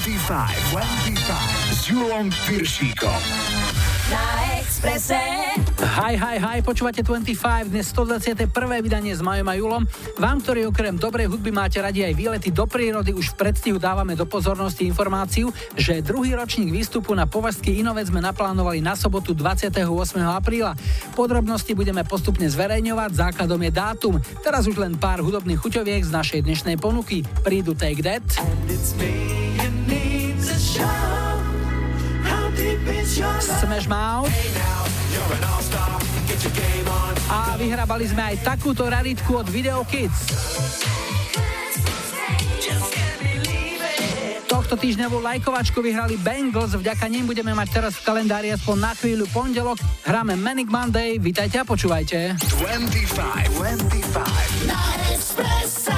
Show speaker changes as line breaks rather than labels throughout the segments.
s Julom Piršíkom.
Na Expresse.
Hi, počúvate 25, dnes 121. vydanie s Majom a Julom. Vám, ktorí okrem dobrej hudby máte radi aj výlety do prírody, už v predstihu dávame do pozornosti informáciu, že druhý ročník výstupu na Považský Inovec sme naplánovali na sobotu 28. apríla. Podrobnosti budeme postupne zverejňovať, základom je dátum. Teraz už len pár hudobných chuťoviek z našej dnešnej ponuky. Prídu Take That, Smash Mouth a vyhrabali sme aj takúto raritku od Video Kids. Tohto týždňovú lajkovačku vyhrali Bangles, vďaka nim budeme mať teraz v kalendári aspoň na chvíľu pondelok. Hráme Manic Monday, vítajte a počúvajte.
25
Na Expresse.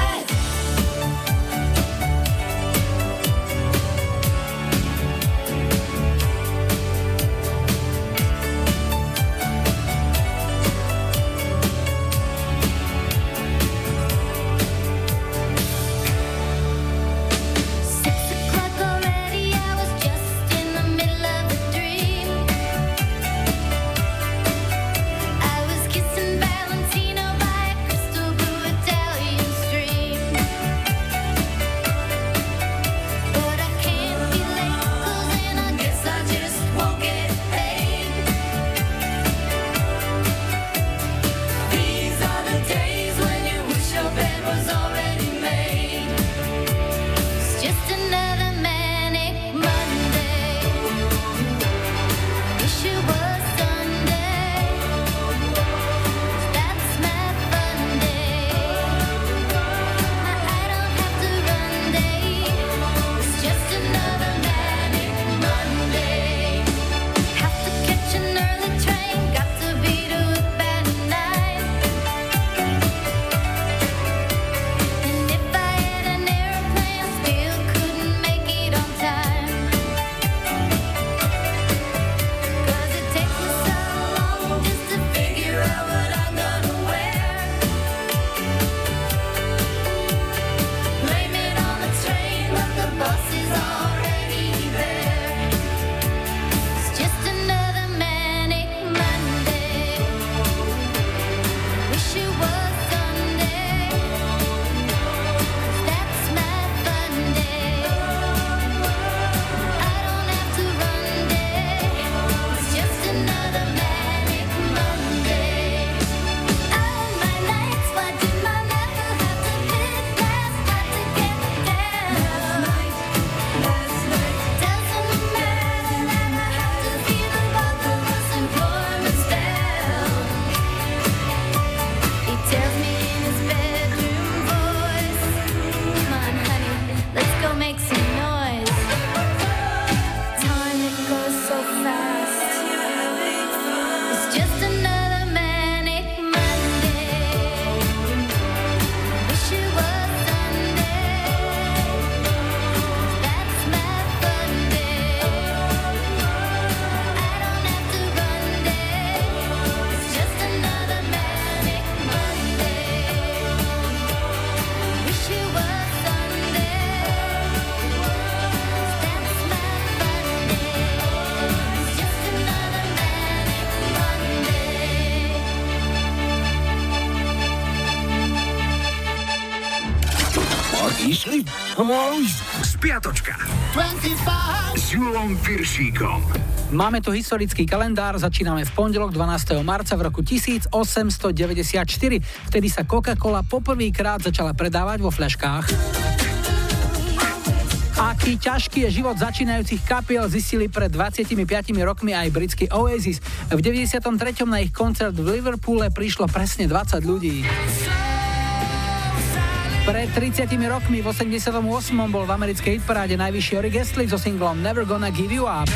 Išli? Spiatočka 25 s Julom Piršíkom.
Máme tu historický kalendár, začíname v pondelok 12. marca v roku 1894. Vtedy sa Coca-Cola poprvýkrát začala predávať vo fľaškách. Aký ťažký je život začínajúcich kapiel, zistili pred 25 rokmi aj britský Oasis. V 93. na ich koncert v Liverpoole prišlo presne 20 ľudí. Pred 30 rokmi v 88. bol v americkej hitparáde najvyšší Rick Astley so singlom Never Gonna Give You Up.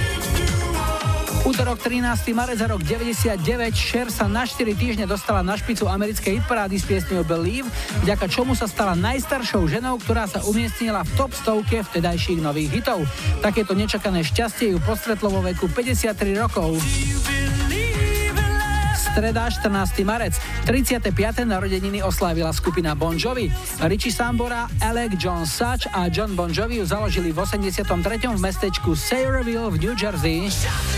Útorok 13. marec za rok 99 Cher sa na 4 týždne dostala na špicu americkej hitparády s piesňou Believe, vďaka čomu sa stala najstaršou ženou, ktorá sa umiestnila v top 100 vtedajších nových hitov. Takéto nečakané šťastie ju postretlo vo veku 53 rokov. streda, 14. marec. 35. narodeniny oslávila skupina Bon Jovi. Richie Sambora, Alec, John Such a John Bon Jovi ju založili v 83. v mestečku Sayreville v New Jersey.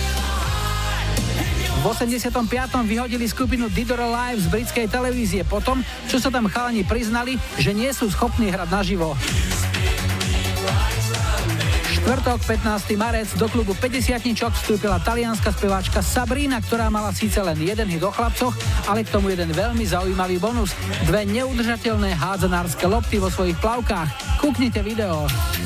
V 85. vyhodili skupinu Dead or Alive z britskej televízie potom, čo sa tam chalani priznali, že nie sú schopní hrať naživo. Štvrtok, 15. marec, do klubu 50-tničok vstúpila talianska speváčka Sabrina, ktorá mala síce len jeden hit o chlapcoch, ale k tomu jeden veľmi zaujímavý bonus. 2 neudržateľné hádzanárske lopty vo svojich plavkách. Kúknite video.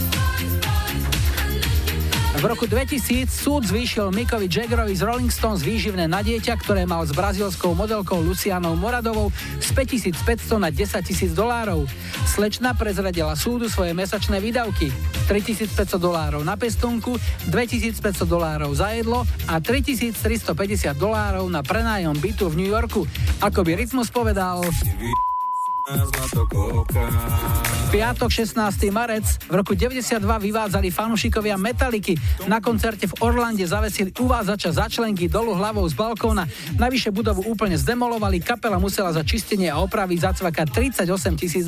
V roku 2000 súd zvýšil Mickovi Jaggerovi z Rolling Stones výživné na dieťa, ktoré mal s brazílskou modelkou Lucianou Moradovou z $5,500 na $10,000. Slečna prezradila súdu svoje mesačné výdavky. $3,500 na pestunku, $2,500 za jedlo a $3,350 na prenájom bytu v New Yorku. Ako by Rytmus povedal... Piatok, 16. marec, v roku 92 vyvádzali fanúšikovia Metalliky. Na koncerte v Orlande zavesili uvádzača začlenky dolu hlavou z balkóna. Navyše budovu úplne zdemolovali, kapela musela za čistenie a opravy zacvakať $38,000.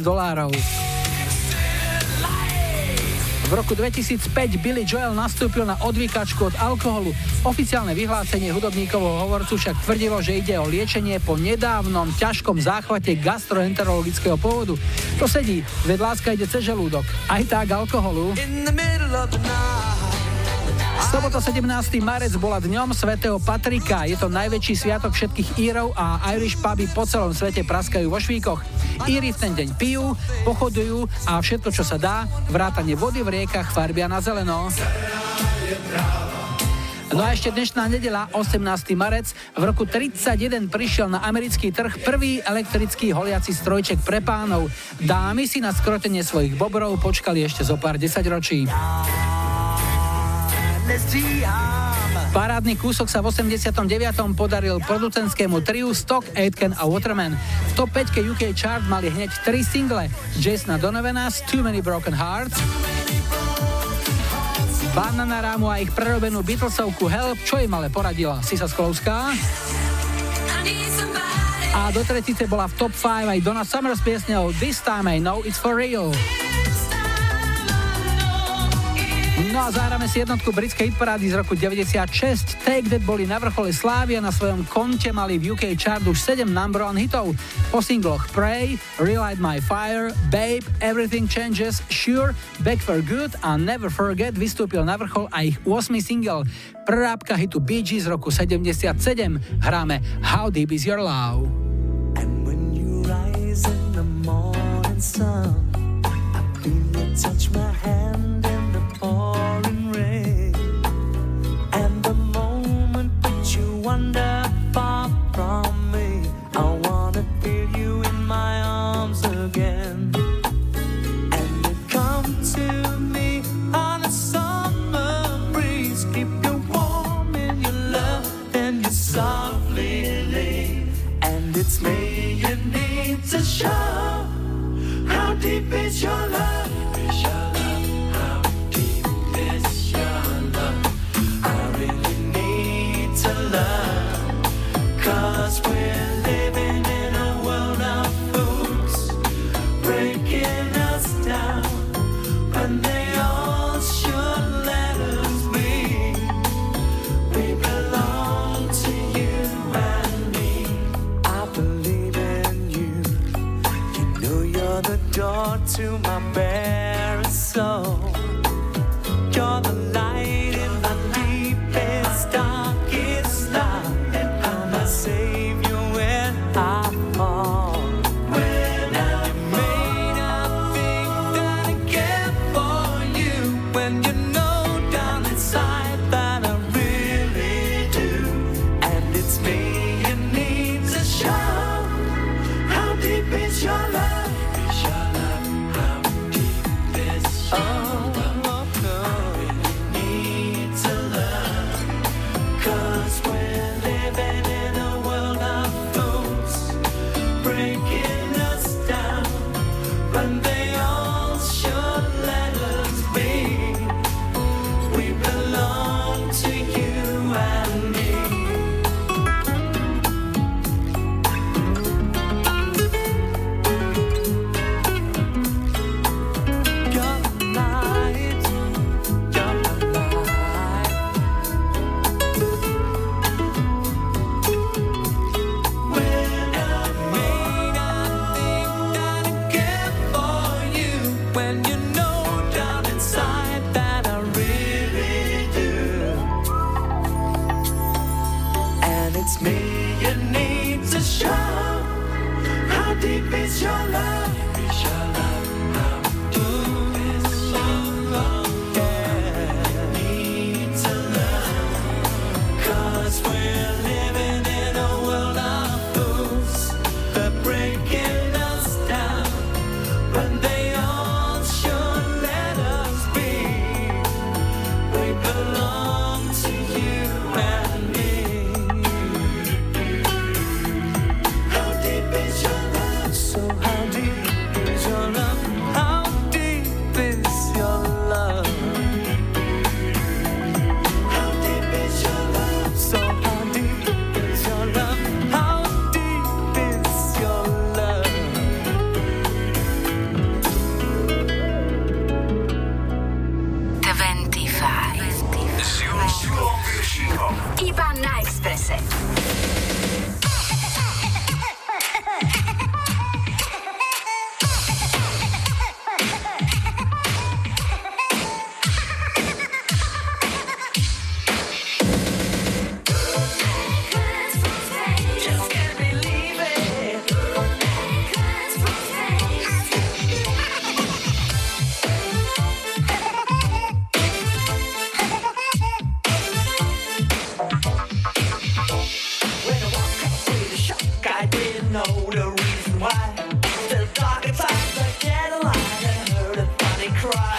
V roku 2005 Billy Joel nastúpil na odvykačku od alkoholu. Oficiálne vyhlásenie hudobníkovho hovorcu však tvrdilo, že ide o liečenie po nedávnom ťažkom záchvate gastroenterologického pôvodu. To sedí, veď láska ide cez žalúdok. Aj tak alkoholu. Sobota 17. marec bola dňom svätého Patrika. Je to najväčší sviatok všetkých Írov a Irish puby po celom svete praskajú vo švíkoch. Íri v ten deň pijú, pochodujú a všetko, čo sa dá, vrátane vody v riekach, farbia na zeleno. No a ešte dnešná nedeľa, 18. marec, v roku 31 prišiel na americký trh prvý elektrický holiaci strojček pre pánov. Dámy si na skrotenie svojich bobrov počkali ešte zo pár desaťročí. Parádny kúsok sa v 89. podaril producentskému triu Stock, Aitken a Waterman. V top 5 UK chart mali hneď 3 single: Jasona Donovana s Too Many Broken Hearts, Bananaramu a ich prerobenú Beatlesovku Help, čo im ale poradila Sisa Sklovská. A do tretice bola v top 5 aj Donna Summer s piesňou This Time I Know It's For Real. No a zahráme si jednotku britskej hitparády z roku 96. Take That boli na vrchole slávy a na svojom konte mali v UK chart už 7 number one hitov. Po singloch Pray, Relight My Fire, Babe, Everything Changes, Sure, Back for Good a Never Forget vystúpil na vrchol aj ich 8. single. Prerábka hitu Bee Gees z roku 77. Hráme How Deep Is Your Love.
And when you rise in the morning sun, I feel you touch my hand in the pouring rain, and the moment that you wander far from me, I wanna feel you in my arms again. And you come to me on a summer breeze, keep you warm in your love, then you softly leave, and it's me you need to show. How deep is your love? Cause we're living in a world of fools, breaking us down when they all should let us be. We belong to you and me. I believe in you. You know you're the door to my barest soul. You're the light in my deepest, darkest night. Savior when I fall. When I may not think that I care for you, when you know down inside that I really do, and it's me you need to show. How deep is your love? How deep is your love? I really need to love, 'cause we're living in breaking us down when they all should let us be. We belong to you and me. know the reason why. The darker times I get alive and heard a funny cry.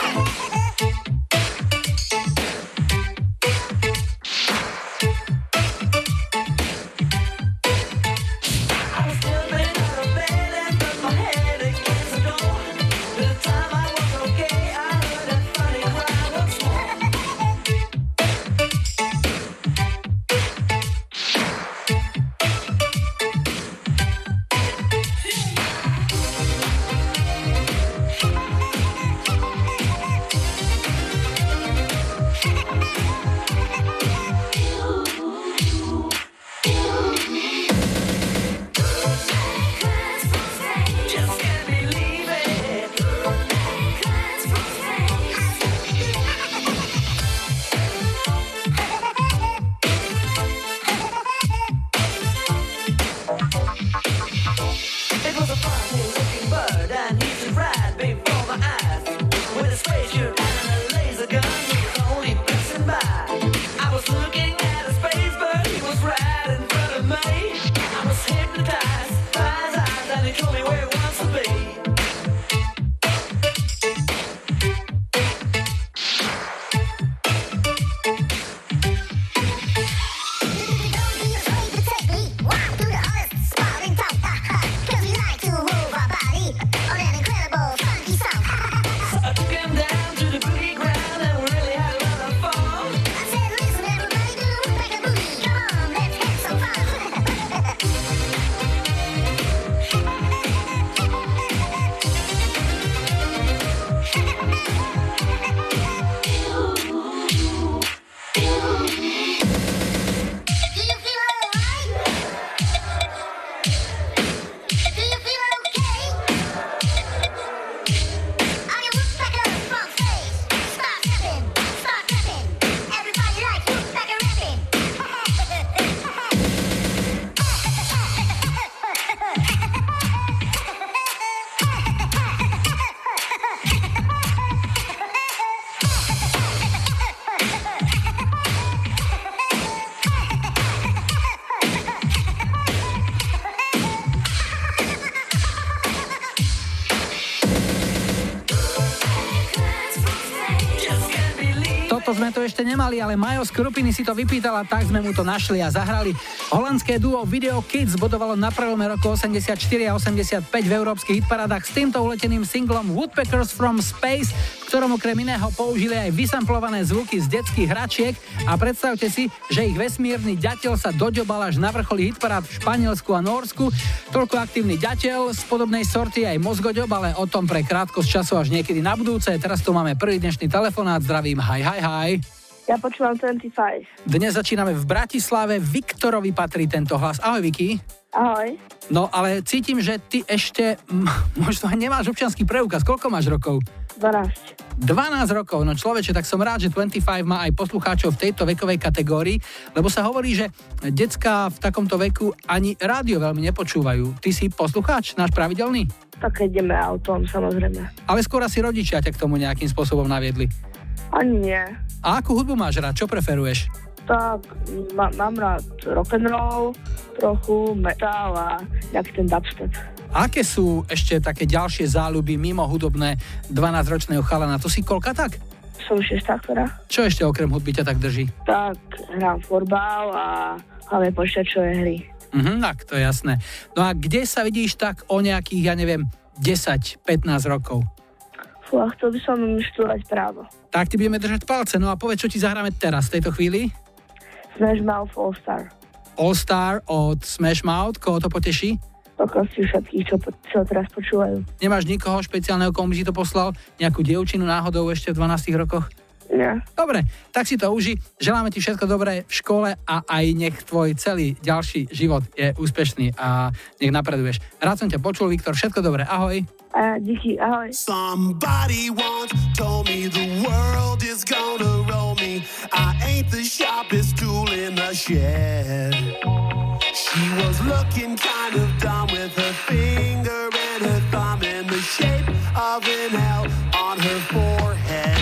To sme to ešte nemali, ale Majo z Krupiny si to vypýtala, tak sme mu to našli a zahrali. Holandské duo Video Kids bodovalo na prelome roku 84 a 85 v európskych hitparádach s týmto uleteným singlom Woodpeckers from Space, v ktorom okrem iného použili aj vysamplované zvuky z detských hračiek a predstavte si, že ich vesmírny ďateľ sa doďobal až na vrcholi hitparád v Španielsku a Nórsku. Toľko aktívny ďateľ, z podobnej sorty aj mozgoďob, ale o tom pre krátkosť času až niekedy na budúce. Teraz tu máme prvý dnešný telefonát, zdravím, hi.
Ja počúvam 25.
Dnes začíname v Bratislave, Viktorovi patrí tento hlas. Ahoj, Viki.
Ahoj.
No, ale cítim, že ty ešte možno nemáš občiansky preukaz. Koľko máš rokov?
12.
12 rokov, no človeče, tak som rád, že 25 má aj poslucháčov v tejto vekovej kategórii, lebo sa hovorí, že decká v takomto veku ani rádio veľmi nepočúvajú. Ty si poslucháč, náš pravidelný?
Tak ideme autom, samozrejme.
Ale skôr asi rodičia ťa k tomu nejakým spôsobom naviedli.
Ani nie.
A akú hudbu máš rád? Čo preferuješ?
Tak, mám rád rock'n'roll, trochu metal a nejaký ten dubstep.
Aké sú ešte také ďalšie záľuby mimo hudobné 12-ročného chalana? To si koľka tak?
Som 6, ktorá.
Čo ešte okrem hudby ťa tak drží?
Tak, hrám florbal a hlavne počítačové hry.
Tak, to je jasné. No a kde sa vidíš tak o nejakých, 10-15 rokov?
A chcel by som študovať právo.
Tak ti budeme držať palce. No a povedz, čo ti zahráme teraz, v tejto chvíli?
Smash Mouth All Star.
All Star od Smash Mouth, koho to poteší?
Proste všetkých, čo teraz počúvajú.
Nemáš nikoho špeciálneho, komu si to poslal? Nejakú dievčinu náhodou ešte v 12 rokoch?
Nie.
Dobre, tak si to uži. Želáme ti všetko dobré v škole a aj nech tvoj celý ďalší život je úspešný a nech napreduješ. Rád som ťa počul, Viktor, všetko dobré. Ahoj.
Díky, ahoj.
Somebody once told me the world is gonna roll me. I ain't the sharpest tool in the shed. She was looking kind of dumb with her finger and her thumb in the shape of an L on her forehead.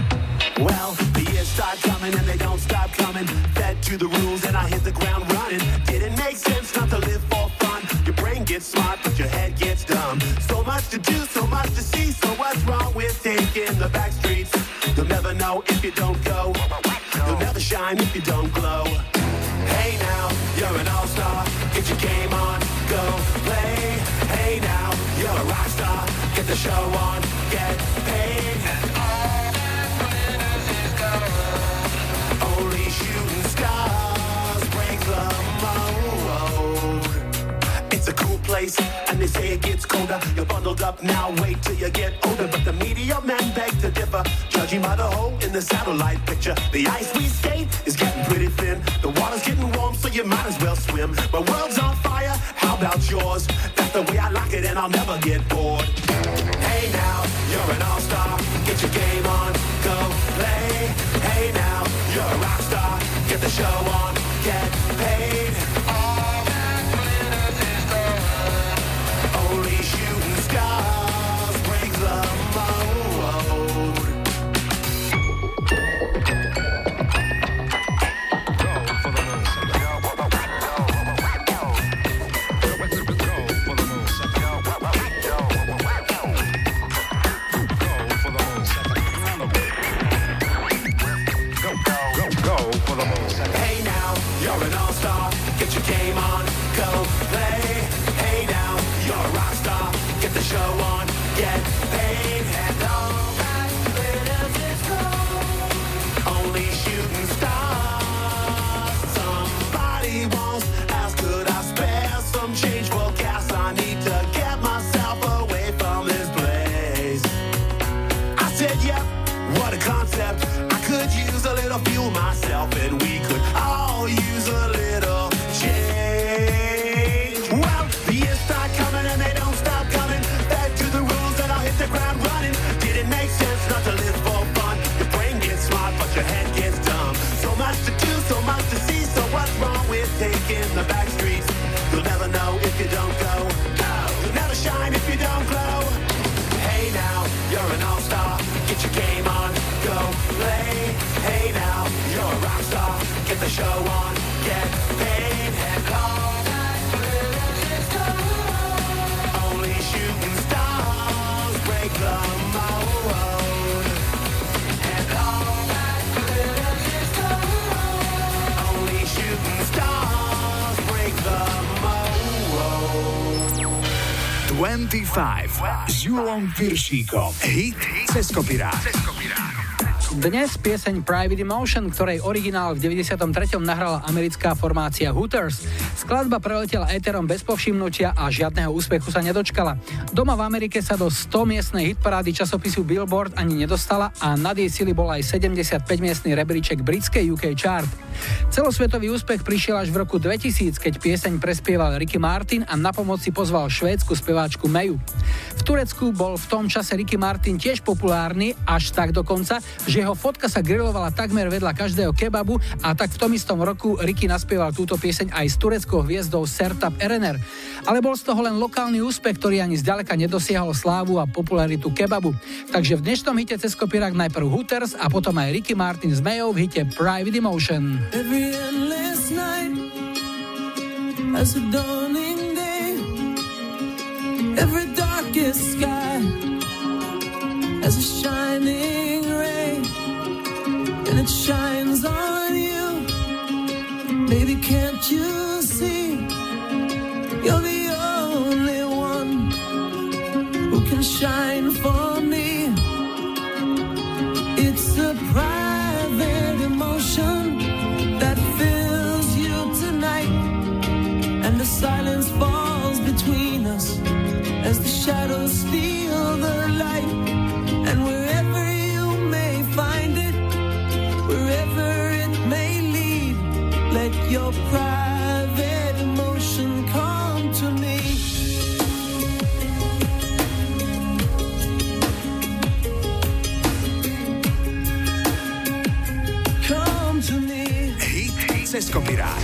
Well, the years start coming and they don't stop coming. Fed to the rules and I hit the ground running. Didn't make sense not to live for fun. Your brain gets gets smart, but your head gets dumb. So much to do, so much to see. So what's wrong with taking the back streets? You'll never know if you don't go. You'll never shine if you don't glow. Hey now, you're an all-star. Get your game on, go play. Hey now, you're a rock star. Get the show on, get paid. And all that glitters is gold. Only shooting stars break the mold. It's a cool place, and they say it gets colder. You're bundled up now, wait till you get older. But the media men beg to differ, judging by the hole in the satellite picture. The ice we skate is getting pretty thin. The water's getting warm, so you might as well swim. My world's on fire, how about yours? That's the way I like it, and I'll never get bored. Hey now, you're an all-star. Get your game on, go play. Hey now, you're a rock star. Get the show on, get paid. All that glitters is gold. Only shooting stars break the mold. Hey now, you're an all-star. Get your game on, go play. Hey now, you're a rock star. Get the show on, get paid. And all that glitters is gold. Only shooting stars. Somebody once asked, could I spare some change for gas? I need to get myself away from this place. I said, yep, what a concept. I could use a little fuel myself, and we could all use a little change. Well, the years start coming and they don't stop coming. Back to the rules and I'll hit the ground running. Didn't make sense not to live for fun. Your brain gets smart, but your head gets dumb. So much to do, so much to see. So what's wrong with taking the back streets? You'll never know if you don't go. You'll never shine if you don't glow. Hey now, you're an all-star. Get your game on, go play. Hey now, you're a rock star. Get the show on, get paid. And all that glitters is gold. Only shooting stars break the mold. And all that glitters is gold. Only shooting stars break the mold.
25 s Julom Piršíkom. Hit cez kopirát.
Dnes pieseň Private Emotion, ktorej originál v 93. nahrala americká formácia Hooters. Skladba preletela éterom bez povšimnutia a žiadneho úspechu sa nedočkala. Doma v Amerike sa do 100-miestnej hitparády časopisu Billboard ani nedostala a nad jej sily bol aj 75-miestny rebríček britskej UK chart. Celosvetový úspech prišiel až v roku 2000, keď pieseň prespieval Ricky Martin a na pomoc si pozval švédsku speváčku Mayu. V Turecku bol v tom čase Ricky Martin tiež populárny, až tak dokonca, že jeho fotka sa grilovala takmer vedľa každého kebabu a tak v tom istom roku Ricky naspieval túto pieseň aj s tureckou hviezdou Sertab Erener. Ale bol z toho len lokálny úspech, ktorý ani zďaleka nedosiahol slávu a popularitu kebabu. Takže v dnešnom hite cez kopírák najprv Hooters a potom aj Ricky Martin s Mayou v hite Private Emotion.
Every endless night as a dawning day, every darkest sky as a shining ray, and it shines on you. Baby, can't you see? You're the only one who can shine for me. It's a private emotion that fills you tonight, and the silence falls between us as the shadows steal the light. And wherever you may find it, wherever it may lead, let your private emotion come to me. Come to me.
Hit cez kopirát.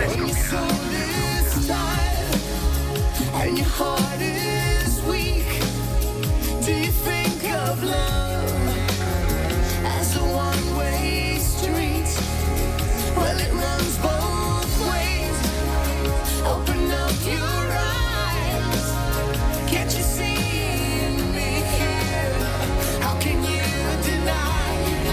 And your heart is weak. Do you think of love as a one-way street? Well, it runs both ways. Open up your eyes
Can't you see me here? How can you deny?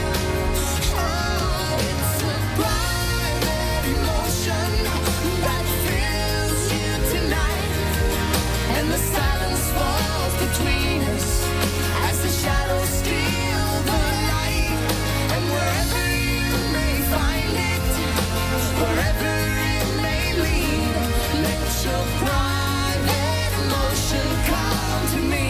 Oh, it's a private emotion that fills you tonight, and the silence falls between us as the shadows steal the light. And wherever you may find it, wherever it may lead, let your private emotion come to me.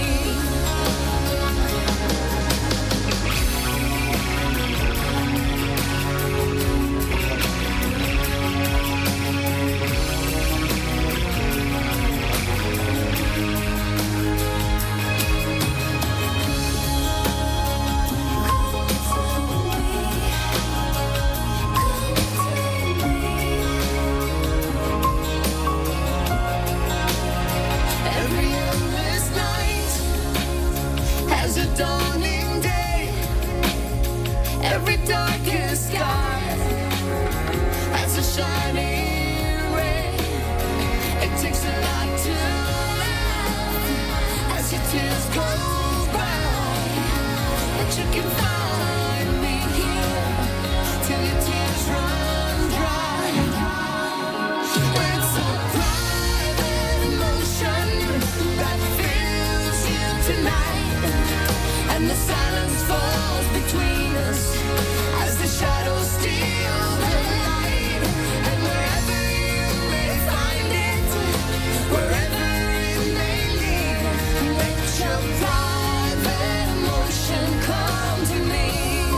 Every endless night has a dawning day. Every darkest sky has a shining ray. It takes a lot to laugh as your tears go by, but you can find me here till your tears run dry. It's a private emotion that fills you tonight, and the silence falls between us as the shadows steal the light. And wherever you may find it, wherever it may lead, let your private emotion come to me.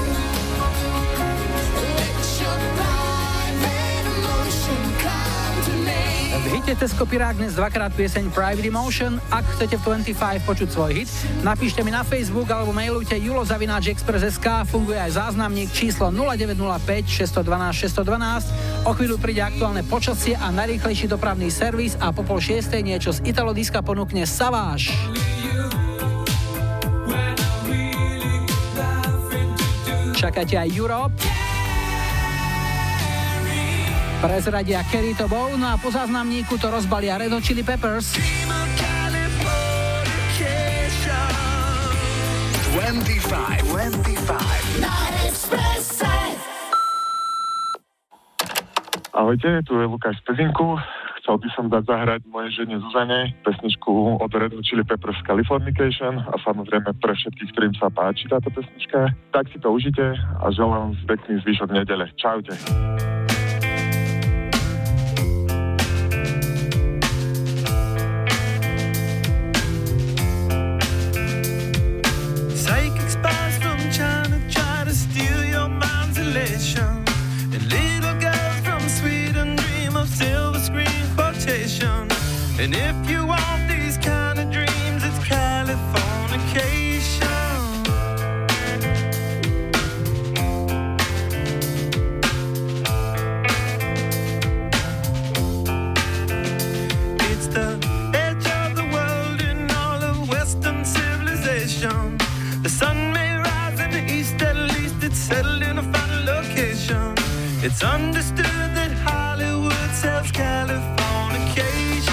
Let your private emotion come to me.
V hite Tesco Pirák dnes dvakrát pieseň Private Emotion. Ak chcete v 25 počuť svoj hit, napíšte mi na Facebook alebo mailujte julo@express.sk. Funguje aj záznamník číslo 0905 612 612. O chvíľu príde aktuálne počasie a najrýchlejší dopravný servis a po 5:30 niečo z Italodiska ponúkne Savage. Čakáte aj Europe. Prezradia Kerry to Bow, no a po záznamníku to rozbalia Red Hot Chili Peppers.
25
Na Expresse.
Ahojte, tu je Lukáš z Pezinku. Chcel by som dať zahrať mojej žene Zuzane pesničku od Red Hot Chili Peppers Californication a samozrejme pre všetkých, ktorým sa páči táto pesnička. Tak si to užite a želám pekný zvyšok nedele. Čaute.
Psychic spies from China try to steal your mind's elation, and little girls from Sweden dream of silver screen quotation. And if you want these kind of dreams, it's Californication. It's the edge of the world in all of Western civilization. The sun may rise in the east, at least it's settled in a final location. It's understood that Hollywood sells Californication.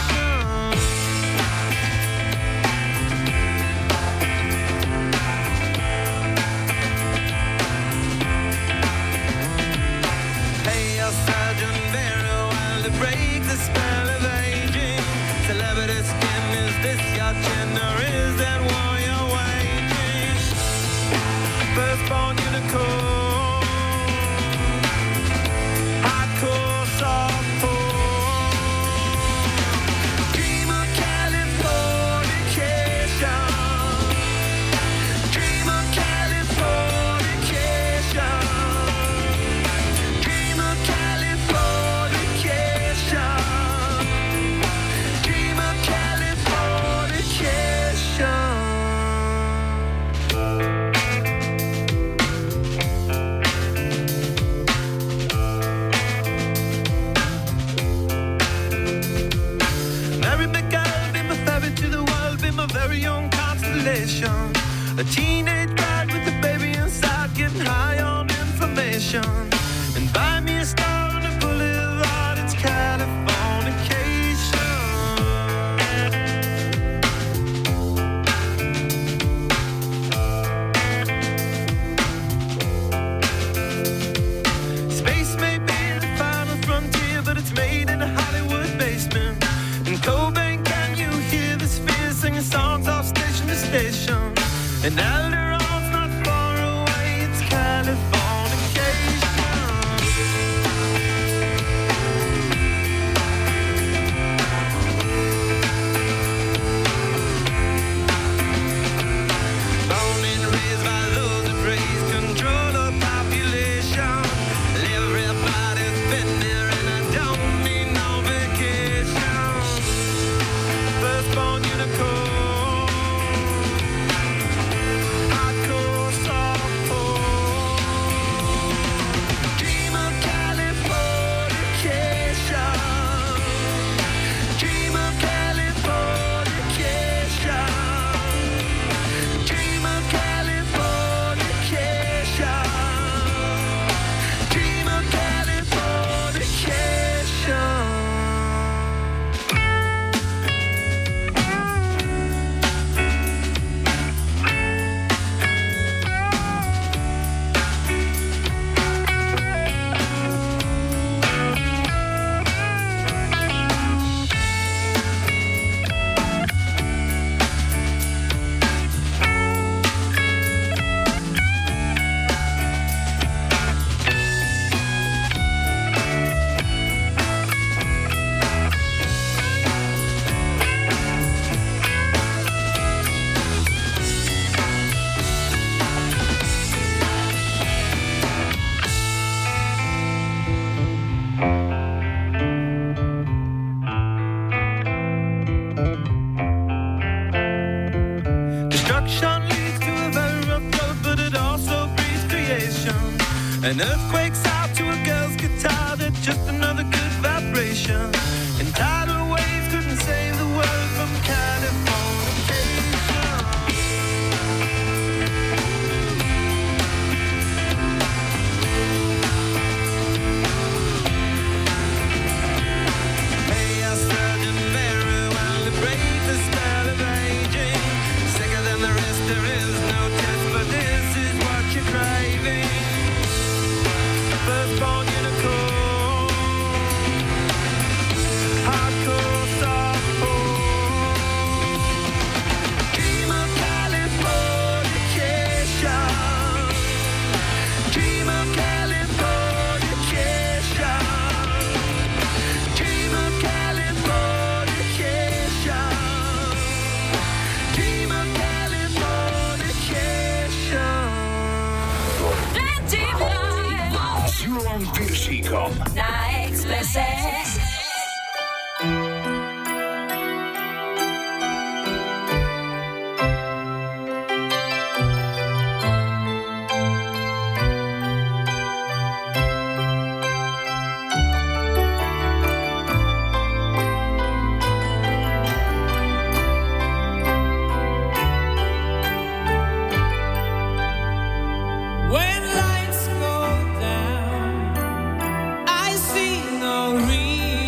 Play your Sergeant very well to break the spell of aging. Celebrity skin, is this your chin or is that war you're waging? Firstborn unicorn, hardcore softcore. Dream of Californication. Dream of Californication. Dream of Californication. Dream of Californication. Mary McGill, be my ferry to the world, be my very own constellation. A teenage bride with a baby inside, getting high on information. And buy me a star on the boulevard, it's Californication. singing songs off station to station. And Alderon's not far away, it's Californication. Born and raised by those that praise control of population. Everybody's been there and I don't need no vacation. Firstborn unicorn, hardcore softcore. Dream of Californication. Dream of Californication. Dream of Californication. Dream of Californication. Destruction leads to a very rough road, but it also breeds creation. An earthquake's out to a girl's guitar, that's just another good vibration. And tidal waves couldn't save the world from Californication. Hey, I Sergeant Mary, while to break the spell of aging. Sicker than the rest, there is no test, but this is what you're craving. Firstborn unicorn, hardcore softcore. Dream of Californication. Dream of Californication. Dream of Californication. Dream of Californication.
S Julom Piršíkom.
Na Expresse.
When lights go down, I see no reason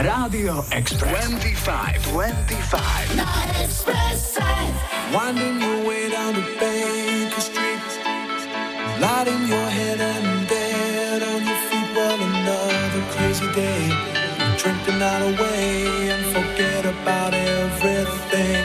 Rádio Express. 25
na Expresse.
Winding your way down to Baker Street, lighting your head and dead on your feet. Well, another crazy day. Drink the night away and forget about everything.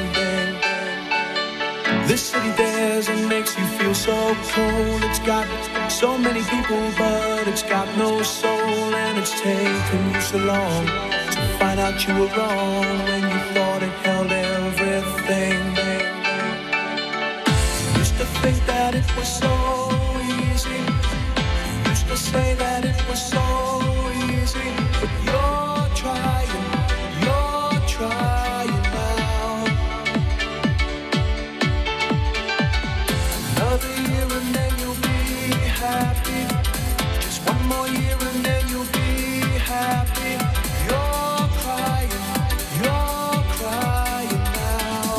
This city dares and makes you feel so cold. It's got so many people, but it's got no soul. And it's taken you so long to find out you were wrong when you thought it held everything. Used to think that it was so easy. Used to say that it was so easy. But you're trying now. Another year and then you'll be happy. Just one more year and then you'll be happy. You're crying now.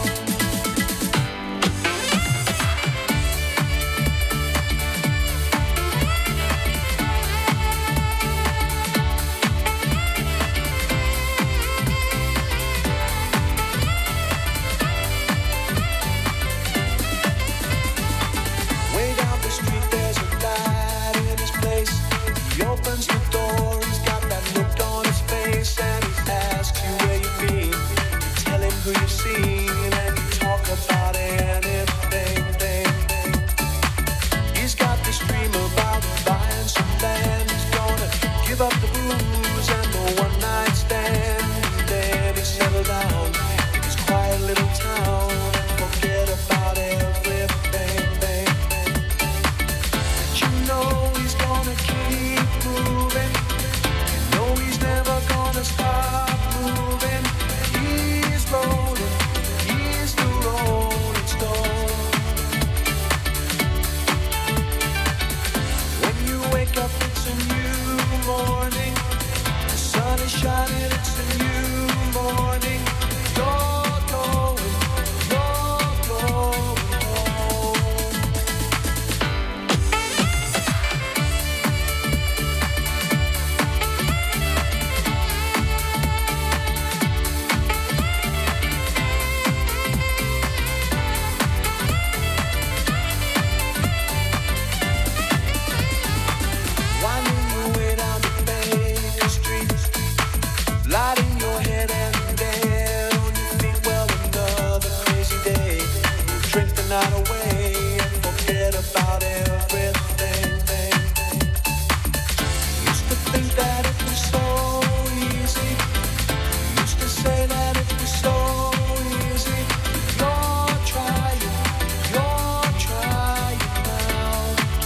Way down the street there's a light in his place. He opens the door, he's got that look on his face, and he asks you where you've been. You tell him who you've seen, and you talk about anything. He's got this dream about buying some land. He's gonna give up the booze and the one night stand. Then he settle down in his quiet little town and forget about everything. You know he's gonna keep moving. You know he's never gonna stop moving. He's rolling, he's the rolling stone. When you wake up, it's a new morning. The sun is shining, it's a new morning. You're going home. Winding your way down to Baker Street, lighting your head and dead on your feet. Well, another crazy day. Drink the night away and forget about everything. Used to think that it was so easy. Used to say that it was so easy. You're trying now.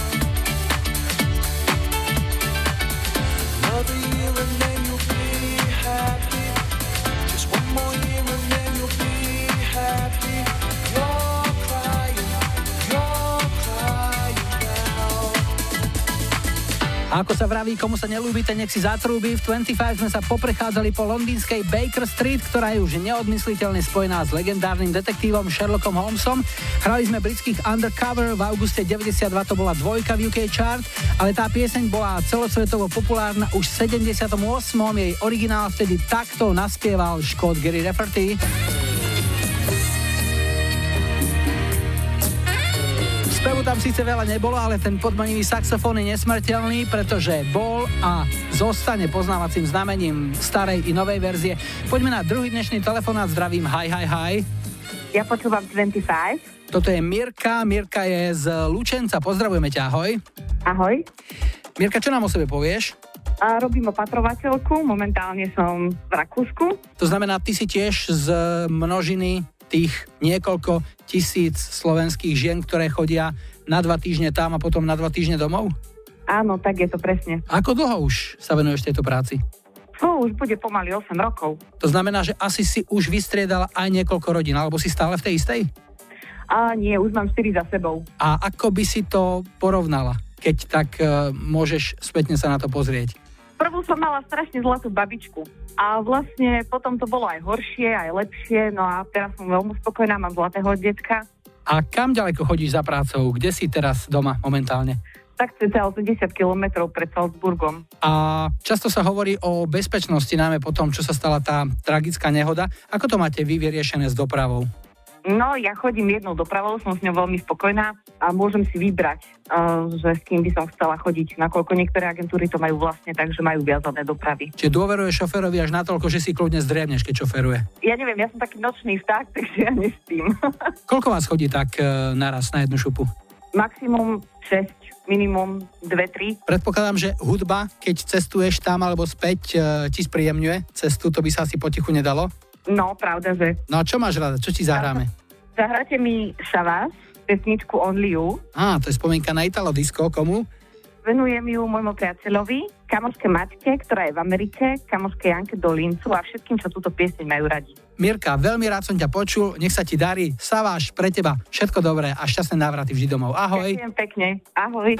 Another year and then you'll be happy. Just one more year and then you'll be happy. You're crying now.
Ako sa vraví, komu sa nelúbite, nech si zatrúbi. V 25 sme sa poprechádzali po londýnskej Baker Street, ktorá je už neodmysliteľne spojená s legendárnym detektívom Sherlockom Holmesom. Hrali sme britských Undercover, v auguste 92 to bola dvojka v UK chart, ale tá pieseň bola celosvetovo populárna už v 78. Jej originál vtedy takto naspieval škód Gary Rafferty. Spevu tam síce veľa nebolo, ale ten podmanivý saxofón je nesmrteľný, pretože bol a zostane poznávacím znamením starej i novej verzie. Poďme na druhý dnešný telefonát. Zdravím, hi.
Ja počúvam 25.
Toto je Mirka. Mirka je z Lučenca. Pozdravujeme ťa, ahoj.
Ahoj.
Mirka, čo nám o sebe povieš?
Robím opatrovateľku, momentálne som v Rakúsku.
To znamená, ty si tiež z množiny tých niekoľko tisíc slovenských žien, ktoré chodia na 2 týždne tam a potom na 2 týždne domov?
Áno, tak je to presne.
Ako dlho už sa venuješ tejto práci?
Už bude pomaly 8 rokov.
To znamená, že asi si už vystriedala aj niekoľko rodín, alebo si stále v tej istej?
Nie, už mám 4 za sebou.
A ako by si to porovnala, keď tak môžeš spätne sa na to pozrieť?
Prvú som mala strašne zlatú babičku a vlastne potom to bolo aj horšie, aj lepšie, no a teraz som veľmi spokojná, mám zlatého detka.
A kam ďaleko chodíš za prácou? Kde si teraz doma momentálne?
Tak cca 80 kilometrov pred Salzburgom.
A často sa hovorí o bezpečnosti, najmä po tom, čo sa stala tá tragická nehoda. Ako to máte vy vyriešené s dopravou?
No, ja chodím jednou dopravou, som s ňou veľmi spokojná a môžem si vybrať, že s kým by som chcela chodiť, nakoľko niektoré agentúry to majú vlastne tak, že majú viazané dopravy.
Čiže dôveruje šoférovi až natoľko, že si kľudne zdriemneš, keď šoferuje.
Ja neviem, ja som taký nočný vták, takže ja nespím.
Koľko vás chodí tak naraz na jednu šupu?
Maximum 6, minimum 2-3.
Predpokladám, že hudba, keď cestuješ tam alebo späť, ti spríjemňuje cestu, to by sa asi potichu nedalo?
No, pravda, že.
No a čo máš rada? Čo ti zahráme?
Zahráte mi Savas, pesničku Only You.
To je spomienka na Italo Disco, komu?
Venujem ju môjmu priateľovi, kamoške Maťke, ktorá je v Amerike, kamoške Janke Dolincu a všetkým, čo túto pieseň majú radi.
Mirka, veľmi rád som ťa počul, nech sa ti darí, Savas, pre teba všetko dobré a šťastné návraty vždy domov. Ahoj.
Ďakujem pekne, ahoj.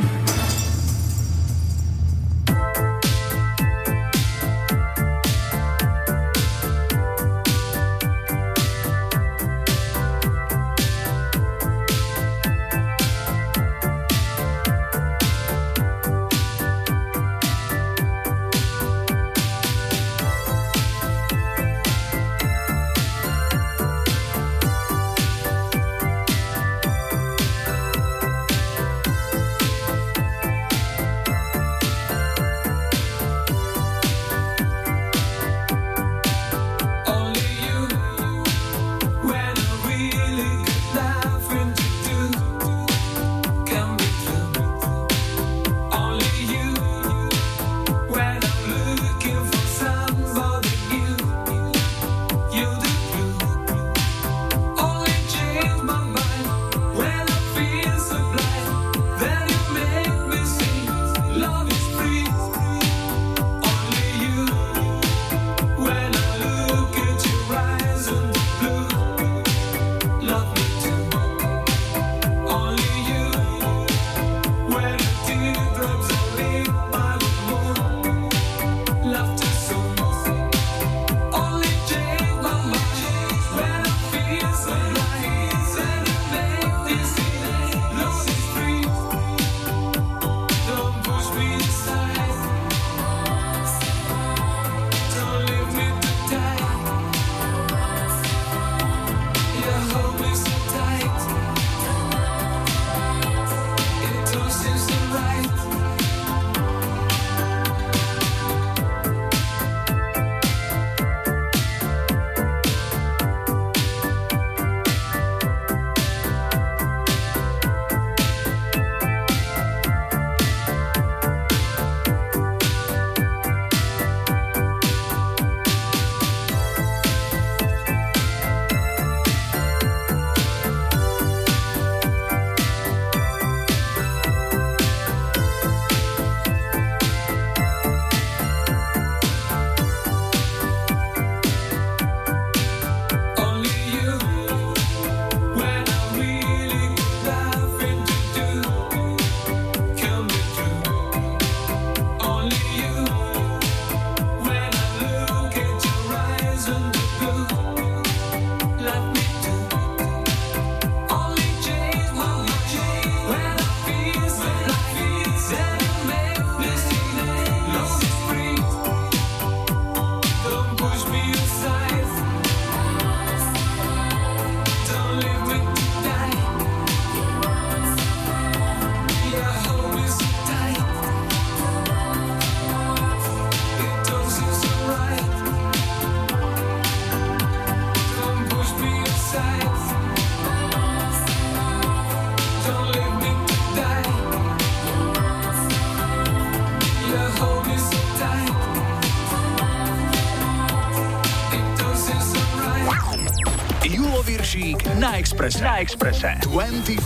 Viršík na Expresse. Na Expresse. 25.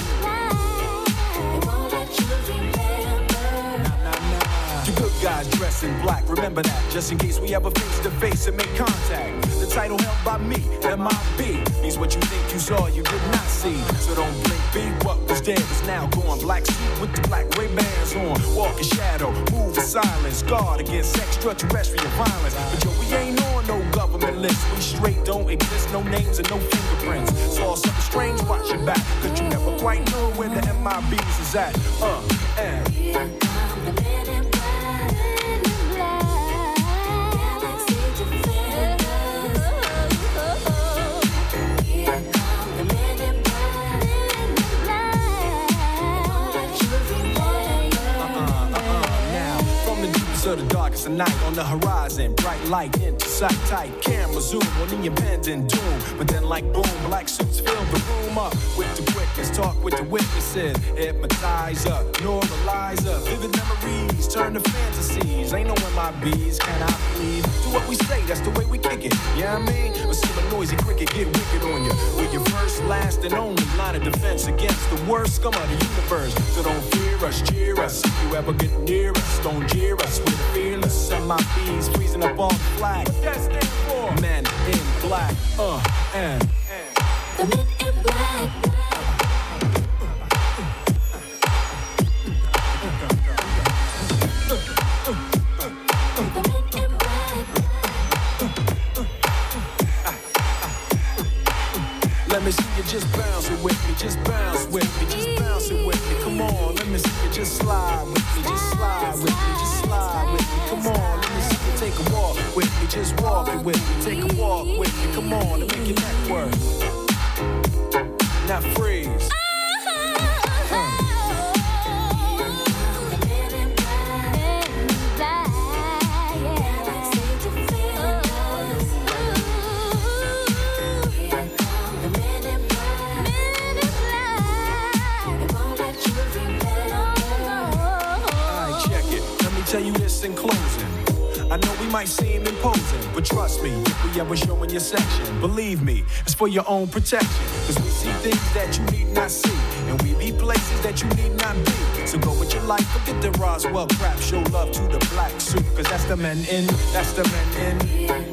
Dress
dress in black. Remember that, just in case we ever face to face and make contact. The title held by me, M.I.B. means what you think you saw, you did not see. So don't blink, be what was dead is now gone. Black suit with the black Ray-Bans on. Walk in shadow, move in silence. Guard against extraterrestrial violence. But yo, we ain't on no government list. We straight don't exist, no names and no fingerprints. Saw something strange, watch your back. Cause you never quite know where the MIBs is at. And to the darkest of night on the horizon, bright light into sight, tight camera zoom on the impending doom. But then like boom, black suits fill the room up with the quickness, talk with the witnesses, hypnotizer, neuralizer, vivid memories turn to fantasies. Ain't no MIBs, can I please? Do what we say, that's the way we kick it. Yeah, I mean, or see a noisy cricket get wicked on you. We're your first, last, and only line of defense against the worst scum of the universe. So don't fear us, cheer us. If you ever get near us, don't jeer us. We're fearless, MIBs freezing up on the flag. What that stand for? Men in black, and
the men in black.
Let me see you just bounce it with me, just bounce with me, just bounce it with me. Come on, let me see you just slide with me, just slide with me, just slide with me. Come on, let me see you take a walk with me, just walk it with me, take a walk with me. Come on, and make your neck work. Now freeze. Tell you this in closing. I know we might seem imposing, but trust me, if we ever show in your section, believe me, it's for your own protection. Cause we see things that you need not see, and we be places that you need not be. So go with your life, forget the Roswell crap, show love to the black suit, cause that's the men in, that's the men in.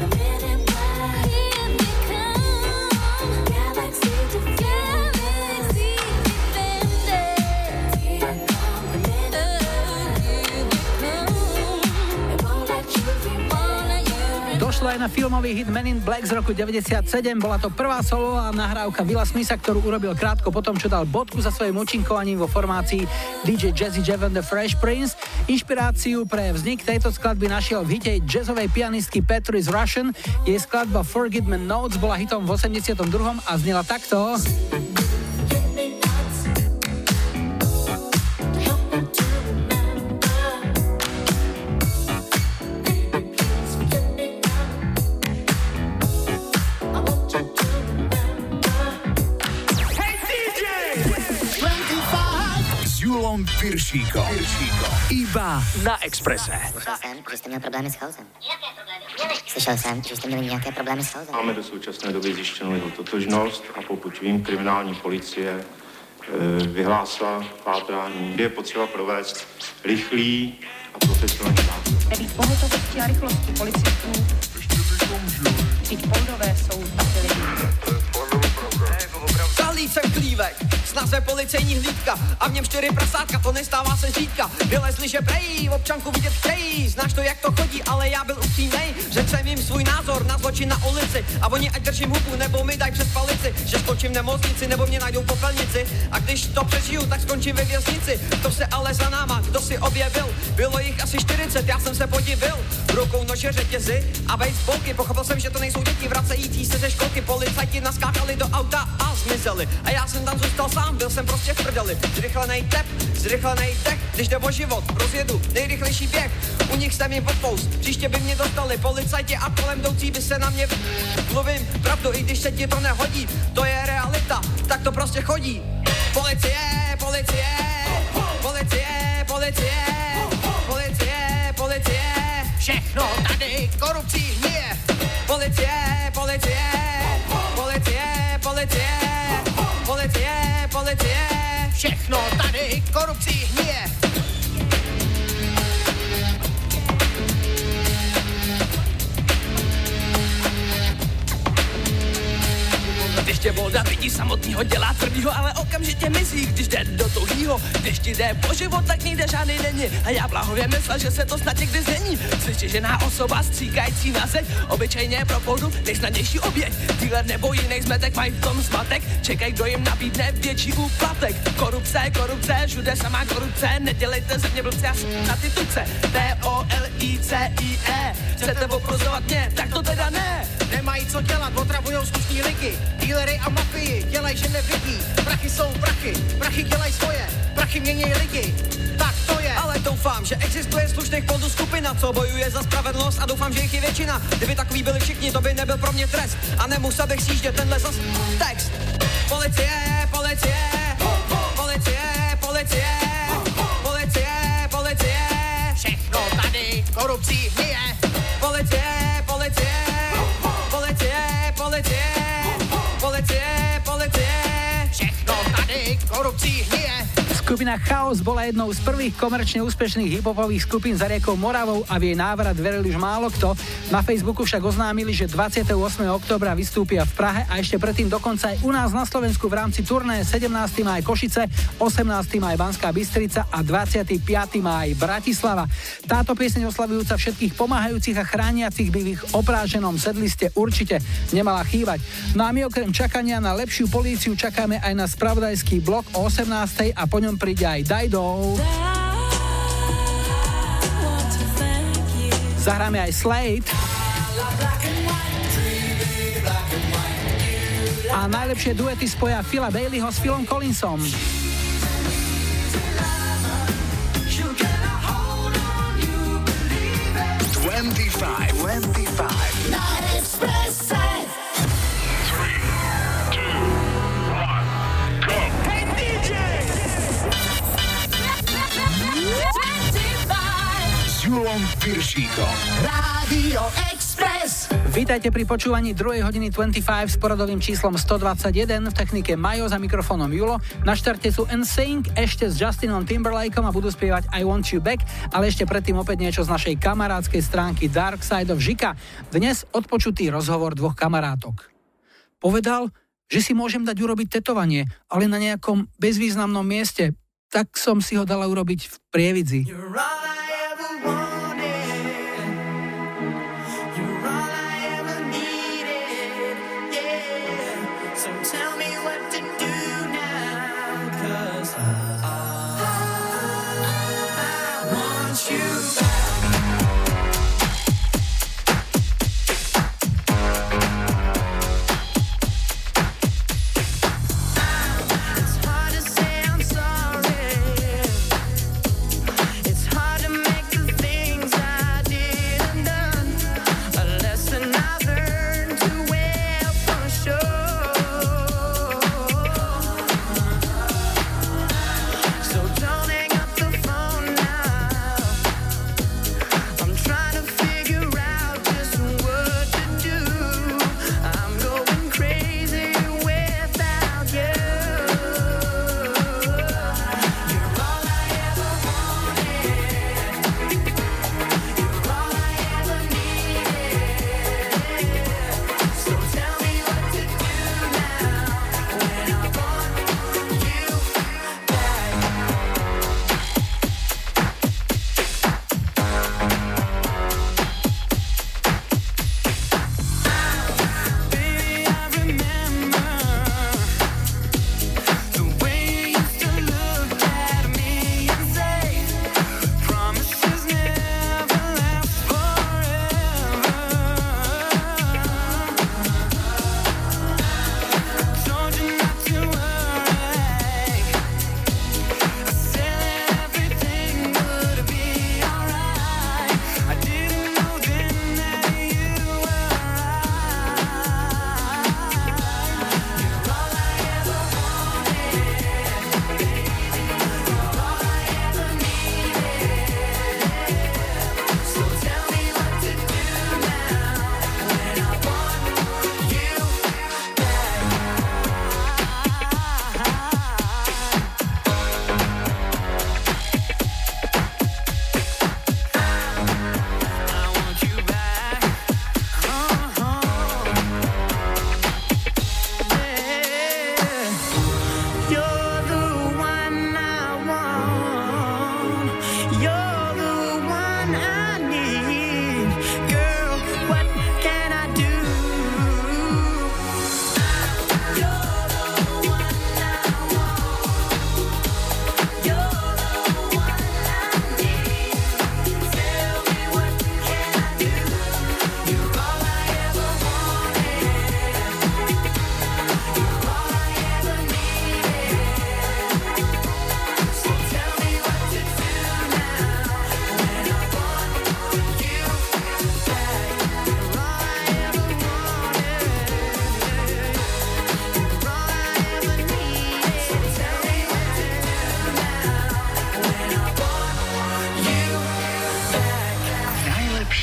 Došlo aj na filmový hit Men in Black z roku 97, bola to prvá solová nahrávka Willa Smitha, ktorú urobil krátko potom, čo dal bodku za svojím účinkovaním vo formácii DJ Jazzy Jeff and the Fresh Prince. Inšpiráciu pre vznik tejto skladby našiel v hite jazzovej pianistky Patrice Rushen. Jej skladba Forget Me Notes bola hitom v 82. a znela takto.
Piršíkom. Iba na Expresse.
Slyšel jsem, že jste měl problémy s chaosem. Jaké problémy? Slyšel jsem, že jste měli nějaké problémy s chaosem.
Máme do současné doby zjištěnou jeho totožnost a pokud vím, kriminální policie vyhlásila pátrání. Je potřeba provést rychlý a profesionální zákrok.
Nebýt pohotovosti a rychlosti policistů. Vždyť poldové jsou taky lidi.
Zahlíd jsem chlívek, snaze policejní hlídka a v něm 4 prasátka, to nestává se zřídka. Vylezli, že prej, občanku vidět chtějí, znáš to, jak to chodí, ale já byl upřímnej. Řekl jsem jim svůj názor na zločin na ulici a oni ať držím hubu, nebo mi daj přes palici, že skončím v nemocnici, nebo mě najdou popelnici a když to přežiju, tak skončím ve věznici. To se ale za náma, kdo si objevil, bylo jich asi 40, já jsem se podivil. Rukou nože řetězy a baseballky, pochopil jsem, že to nejsou děti vracející se ze školky, policajti naskákali do auta a zmizeli. A já jsem tam zůstal sám, byl jsem prostě v prdeli. Zrychlenej tep, zrychlenej dech, když jde o život, rozjedu nejrychlejší běh. U nich jsem jim podpous, příště by mě dostali policajti a kolem jdoucí by se na mě mluvím pravdu, i když se ti to nehodí. To je realita, tak to prostě chodí. Policie, policie, policie, policie, policie, policie, všechno tady korupcí hníje. Policie, policie, policie, policie, policie, policie, všechno tady korupcí hníje.
Ještě voda vidí samotnýho, dělá tvrdýho, ale okamžitě mizí, když jde do tuhýho. Když ti jde po život, tak nikde žádný není. A já bláhově myslel, že se to snad někdy změní. Přištižená osoba stříkající na zeď, obyčejně pro pohodu nejsnadnější oběť. Dealer nebo jiný zmetek mají v tom zmatek, čekaj, kdo jim nabídne větší úplatek. Korupce, korupce, všude samá korupce, nedělejte ze mě blbce na ty tuce. TOLICIE, chcete oprozovat mě, tak to teda ne.
Nemají co dělat, otravujou slušní lidi. Dealery a mafii dělají, že nevidí. Prachy jsou prachy, prachy dělají svoje, prachy mění lidi. Tak to je.
Ale doufám, že existuje slušných fondů skupina, co bojuje za spravedlnost, a doufám, že jich je většina. Kdyby takový byli všichni, to by nebyl pro mě trest. A nemusel bych sjíždět tenhle zas text. Policie, policie, policie, policie, policie, policie.
Všechno tady korupcí hníje.
Policie, policie, policie, policie, policie, policie.
Všechno tady korupcí hníje.
Skupina Chaos bola jednou z prvých komerčne úspešných hiphopových skupín za riekou Moravou a v jej návrat veril už málo kto. Na Facebooku však oznámili, že 28. októbra vystúpia v Prahe a ešte predtým dokonca aj u nás na Slovensku v rámci turné 17. maj Košice, 18. maj Banská Bystrica a 25. maj Bratislava. Táto pieseň oslavujúca všetkých pomáhajúcich a chrániacich by v ich opráženom sedliste určite nemala chýbať. No a my okrem čakania na lepšiu políciu čakáme aj na spravodajský blok o 18. a po ňom príde aj Dido. Zahráme aj Slade. A najlepšie duety spoja Phila Baileyho s Philom Collinsom.
Na Expresse. 3, 2, 1, go. Hey DJ! 25. S Julom Piršíkom. Rádio Express.
Vítajte pri počúvaní 2. hodiny 25 s poradovým číslom 121, v technike Majo, za mikrofónom Julo. Na štarte sú NSYNC, ešte s Justinom Timberlakeom a budú spievať I Want You Back, ale ešte predtým opäť niečo z našej kamarádskej stránky Dark Side of Žika. Dnes odpočutý rozhovor dvoch kamarátok. Povedal, že si môžem dať urobiť tetovanie, ale na nejakom bezvýznamnom mieste, tak som si ho dala urobiť v Prievidzi.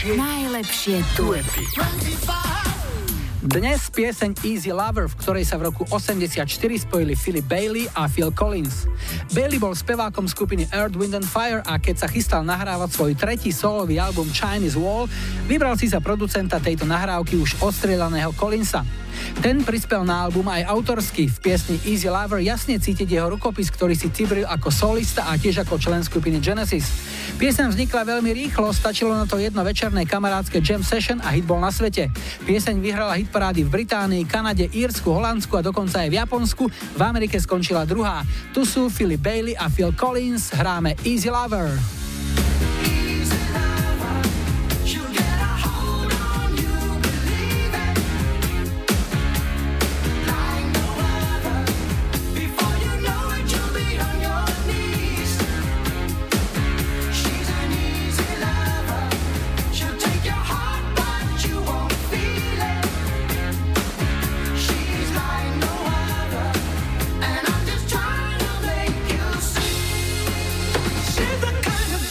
Najlepšie duety.
Dnes pieseň Easy Lover, v ktorej sa v roku 84 spojili Philip Bailey a Phil Collins. Bailey bol spevákom skupiny Earth, Wind & Fire a keď sa chystal nahrávať svoj tretí solový album Chinese Wall, vybral si za producenta tejto nahrávky už ostrieľaného Collinsa. Ten prispel na album aj autorsky. V piesni Easy Lover jasne cítiť jeho rukopis, ktorý si cibril ako solista a tiež ako člen skupiny Genesis. Pieseň vznikla veľmi rýchlo, stačilo na to jedno večerné kamarádske jam session a hit bol na svete. Pieseň vyhrala hitparády v Británii, Kanade, Írsku, Holandsku a dokonca aj v Japonsku. V Amerike skončila druhá. Tu sú Philip Bailey a Phil Collins, hráme Easy Lover.
She's the kind of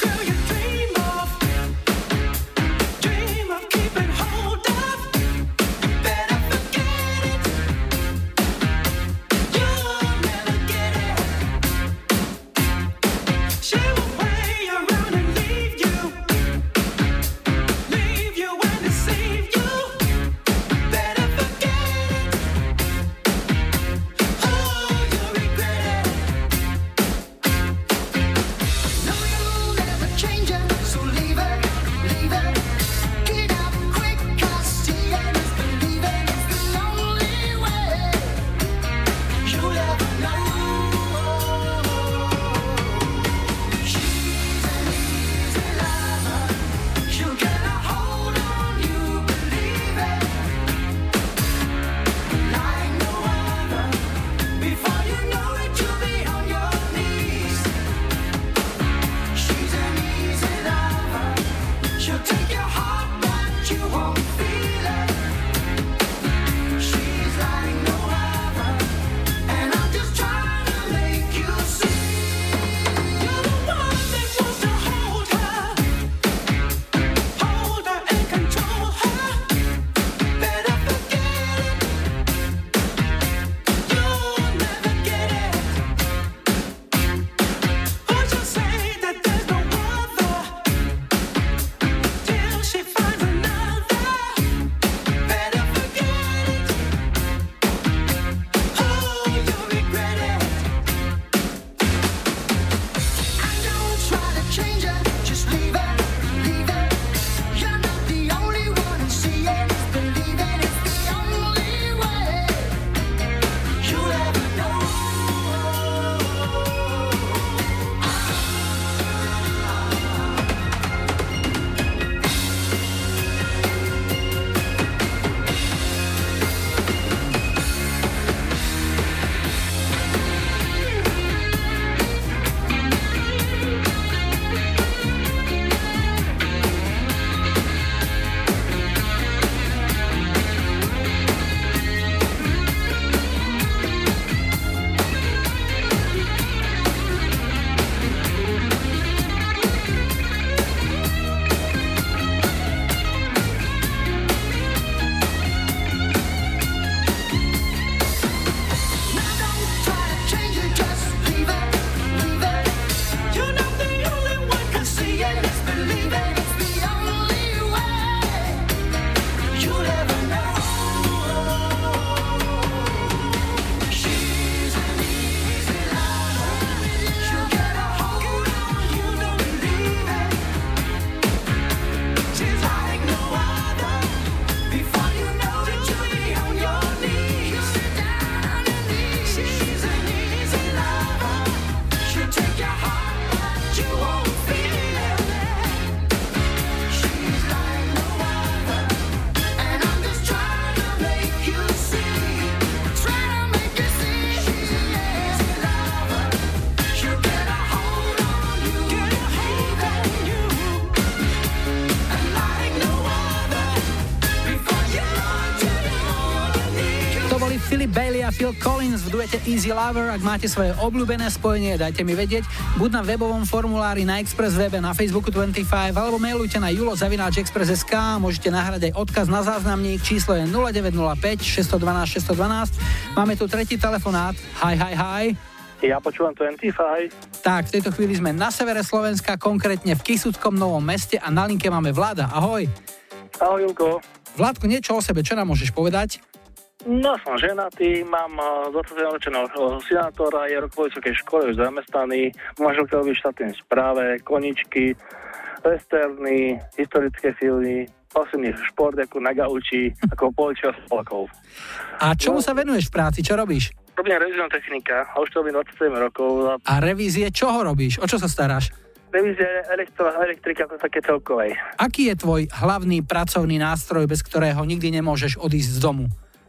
a Phil Collins v duete Easy Lover. Ak máte svoje obľúbené spojenie, dajte mi vedieť. Buď na webovom formulári na Express webe, na Facebooku 25, alebo mailujte na julo@express.sk. Môžete nahrať aj odkaz na záznamník. Číslo je 0905 612 612. Máme tu tretí telefonát. Hi.
Ja počúvam 25.
Tak, v tejto chvíli sme na severe Slovenska, konkrétne v Kysuckom Novom Meste a na linke máme Vlada. Ahoj.
Ahoj, Julko.
Vládku, niečo o sebe, čo nám môžeš povedať?
No, som ženatý, mám 20-ročného senátora, je rok po vysokej škole, už zamestnaný, manželka robí v štátnej správe, koničky, westerny, historické filmy, osobný šport, ako na gauči, ako poličia spolkov.
A čomu sa venuješ v práci, čo robíš?
Robím revíziu technika a už to robím 27 rokov.
A revízie čoho robíš? O čo sa staráš?
Revízie elektrika ako také celkovej.
Aký je tvoj hlavný pracovný nástroj, bez ktorého nikdy nemôžeš odísť z domu?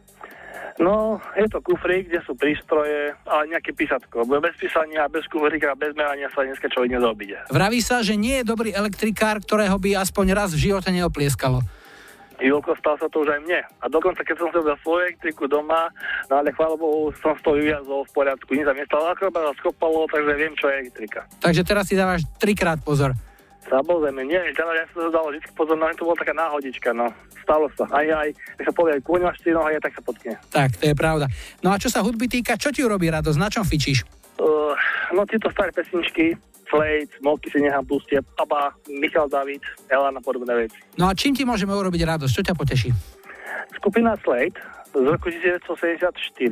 No, je to kufrík, kde sú prístroje, ale nejaké písatko. Bez písania, bez kufríka, bez merania sa dneska človek nezaobíde.
Vraví sa, že nie je dobrý elektrikár, ktorého by aspoň raz v živote neoplieskalo.
Julko, stalo sa to už aj mne. A dokonca, keď som si robil svoju elektriku doma, no ale chvála Bohu, som z toho vyviazol v poriadku. Nič sa mi stalo, ako sa skopalo, takže viem, čo je elektrika. Takže
teraz si dávaš 3-krát pozor.
Samozrejme, nie, ja som sa dal vždy pozor, no to bola taká náhodička, no. Stalo sa. Aj, keď sa povie, kôň máš 4 nohy, tak sa potkne.
Tak, to je pravda. No a čo sa hudby týka, čo ti urobí radosť, na čom fičíš?
No tieto staré pesničky, Slade, Smoky si nechám pustiť, Abba, Michal David, Elan a podobné veci.
No a čím ti môžeme urobiť radosť? Čo ťa poteší?
Skupina Slade z roku 1974,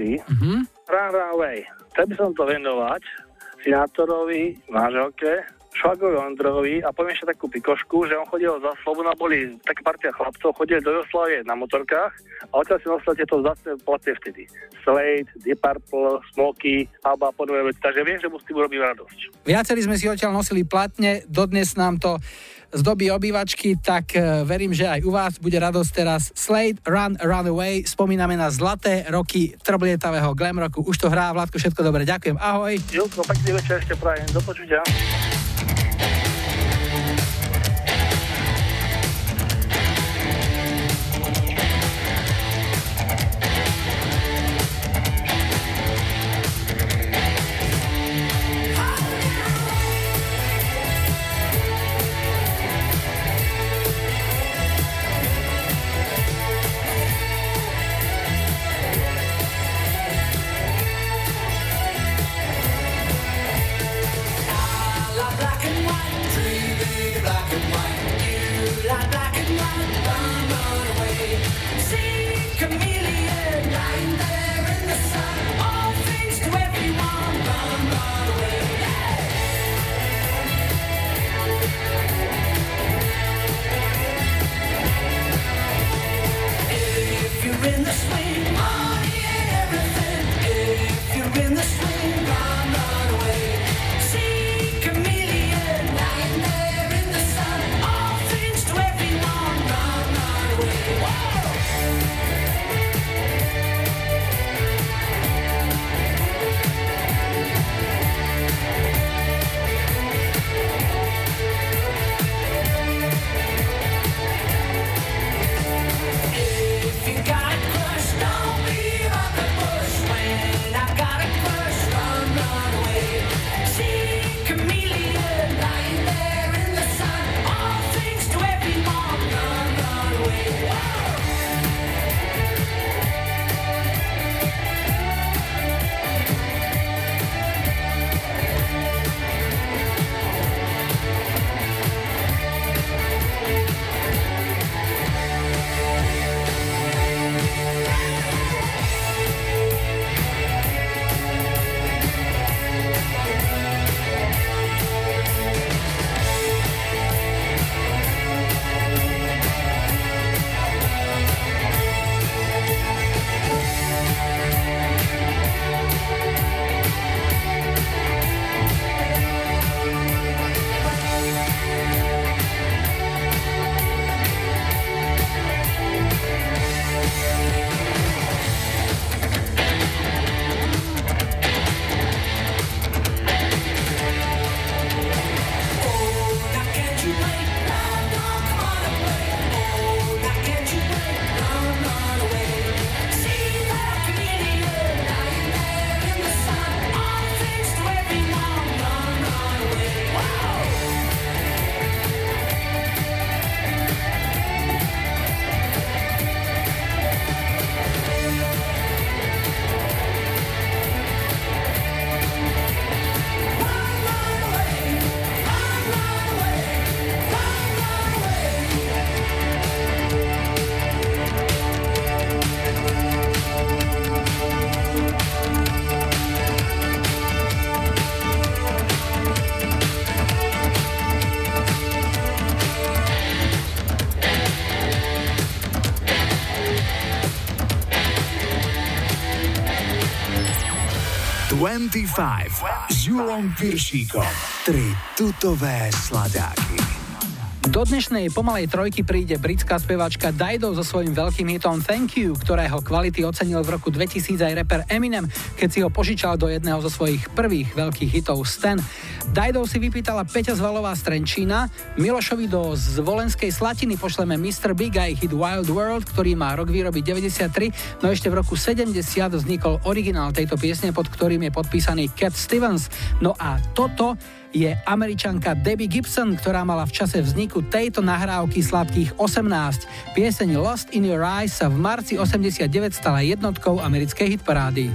Run Away. Chcel by som to venovať senátorovi, manželke, švagrovi Ondrovi a poviem ešte takú pikošku, že on chodil za Slobodná, boli taká partia chlapcov, chodili do Jugoslávie na motorkách a odtiaľ si nosil tieto vzácne placie vtedy. Slade, Deep Purple, Smoky, Abba a podobné veci, takže viem, že mu s tým urobí radosť.
Viacerí sme si odtiaľ nosili platne, dodnes nám to zdobí obývačky, tak verím, že aj u vás bude radosť teraz. Slade, Run Away, spomíname na zlaté roky trblietavého glam roku. Už to hrá, Vládko, všetko dobre, ďakujem, ahoj.
Julko, pekný večer ešte prajem, do počutia.
La
25 s Julom Piršíkom. 3 tutové sladáky.
Do dnešnej pomalej trojky príde britská speváčka Dido so svojím veľkým hitom Thank You, ktorého kvality ocenil v roku 2000 aj rapper Eminem, keď si ho požičal do jedného zo svojich prvých veľkých hitov Stan. Dido si vypýtala Peťa Zvalová z Trenčína, Milošovi do Zvolenskej Slatiny pošleme Mr. Big a hit Wild World, ktorý má rok výroby 93, no ešte v roku 70 vznikol originál tejto piesne, pod ktorým je podpísaný Cat Stevens. No a toto je Američanka Debbie Gibson, ktorá mala v čase vzniku tejto nahrávky sladkých 18. Pieseň Lost in Your Eyes sa v marci 89 stala jednotkou americkej hitparády.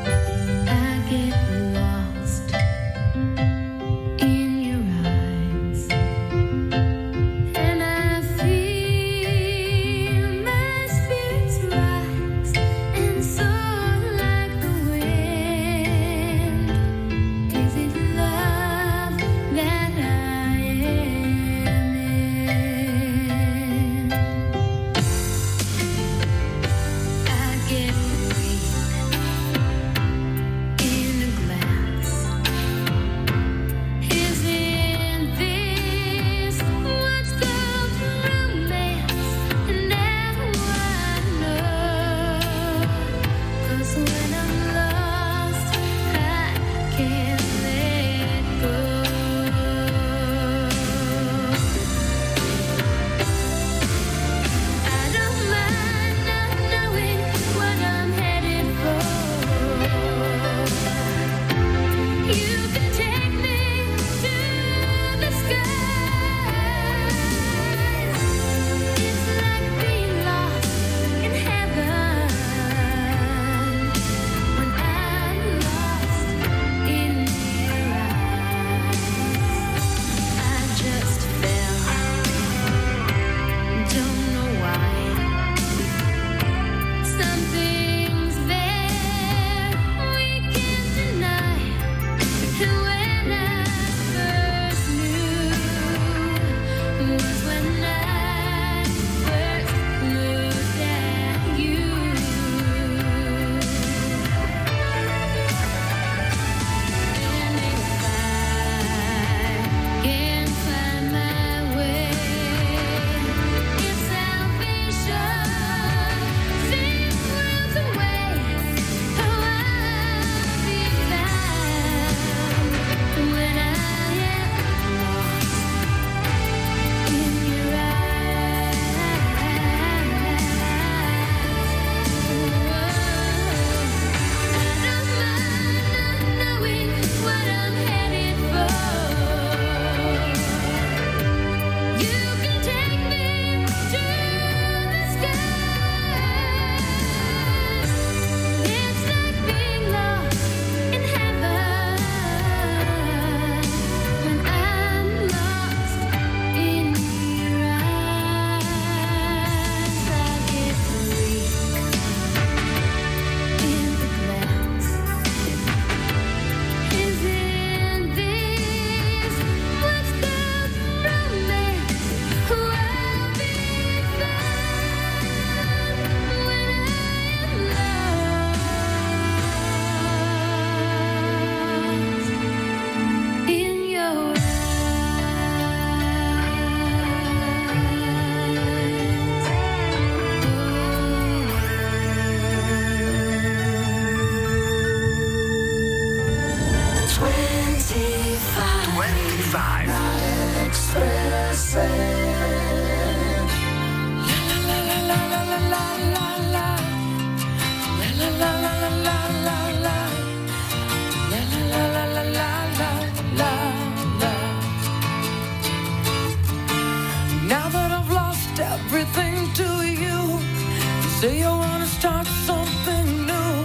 Say you wanna start something new,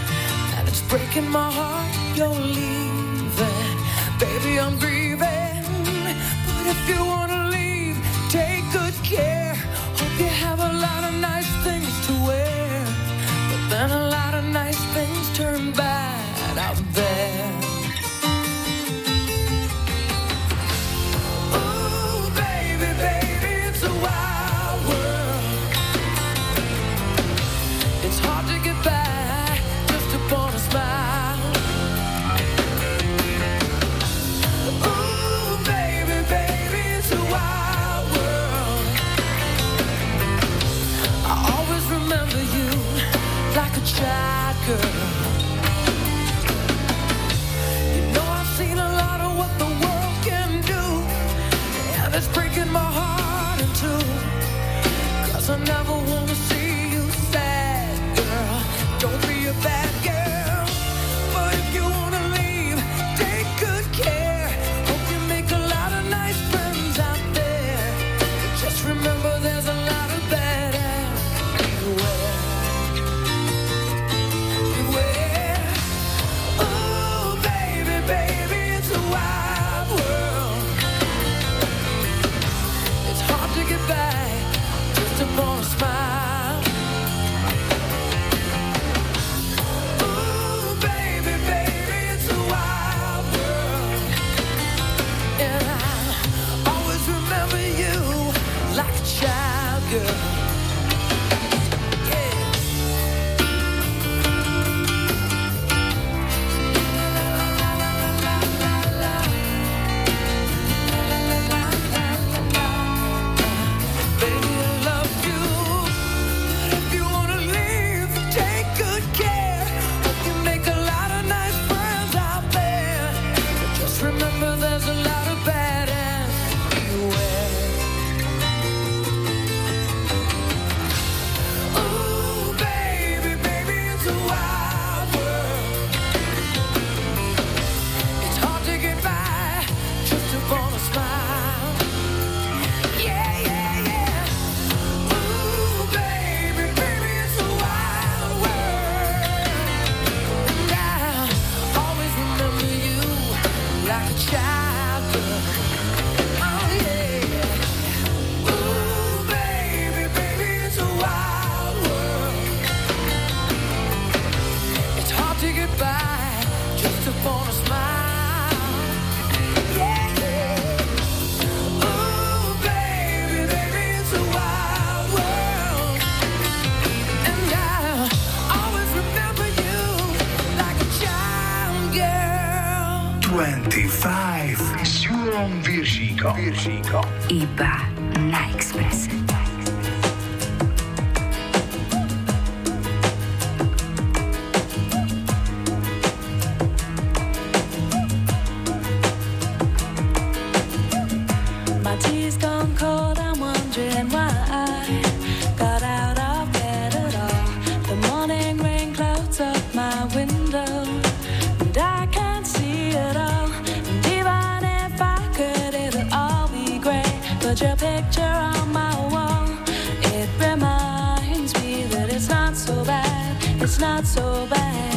and it's breaking my heart you're leaving. Baby, I'm grieving, but if you wanna leave, take good care. Hope you have a lot of nice things to wear, but then a lot of nice things turn bad out there. Ooh, baby, baby, it's a wild world. It's hard to get by just upon a smile.
And it's breaking my heart in two, 'cause I never wanna see you sad, girl. Don't be a bad girl. But if you wanna leave, take good care. Hope you make a lot of nice friends out there. Just remember there's a lot of bad everywhere. Beware. Oh, baby, baby, it's a wild world. It's hard to get by just upon a smile. Ooh, baby, baby, it's a wild world. And I always remember you like a child, girl.
Iba na Expresse.
My tea's gone cold, I'm wondering why I got out of bed at all. The morning rain clouds up my window, and I can't see it all. And even if I could, it'll all be great. But your picture on my wall, it reminds me that it's not so bad, it's not so bad.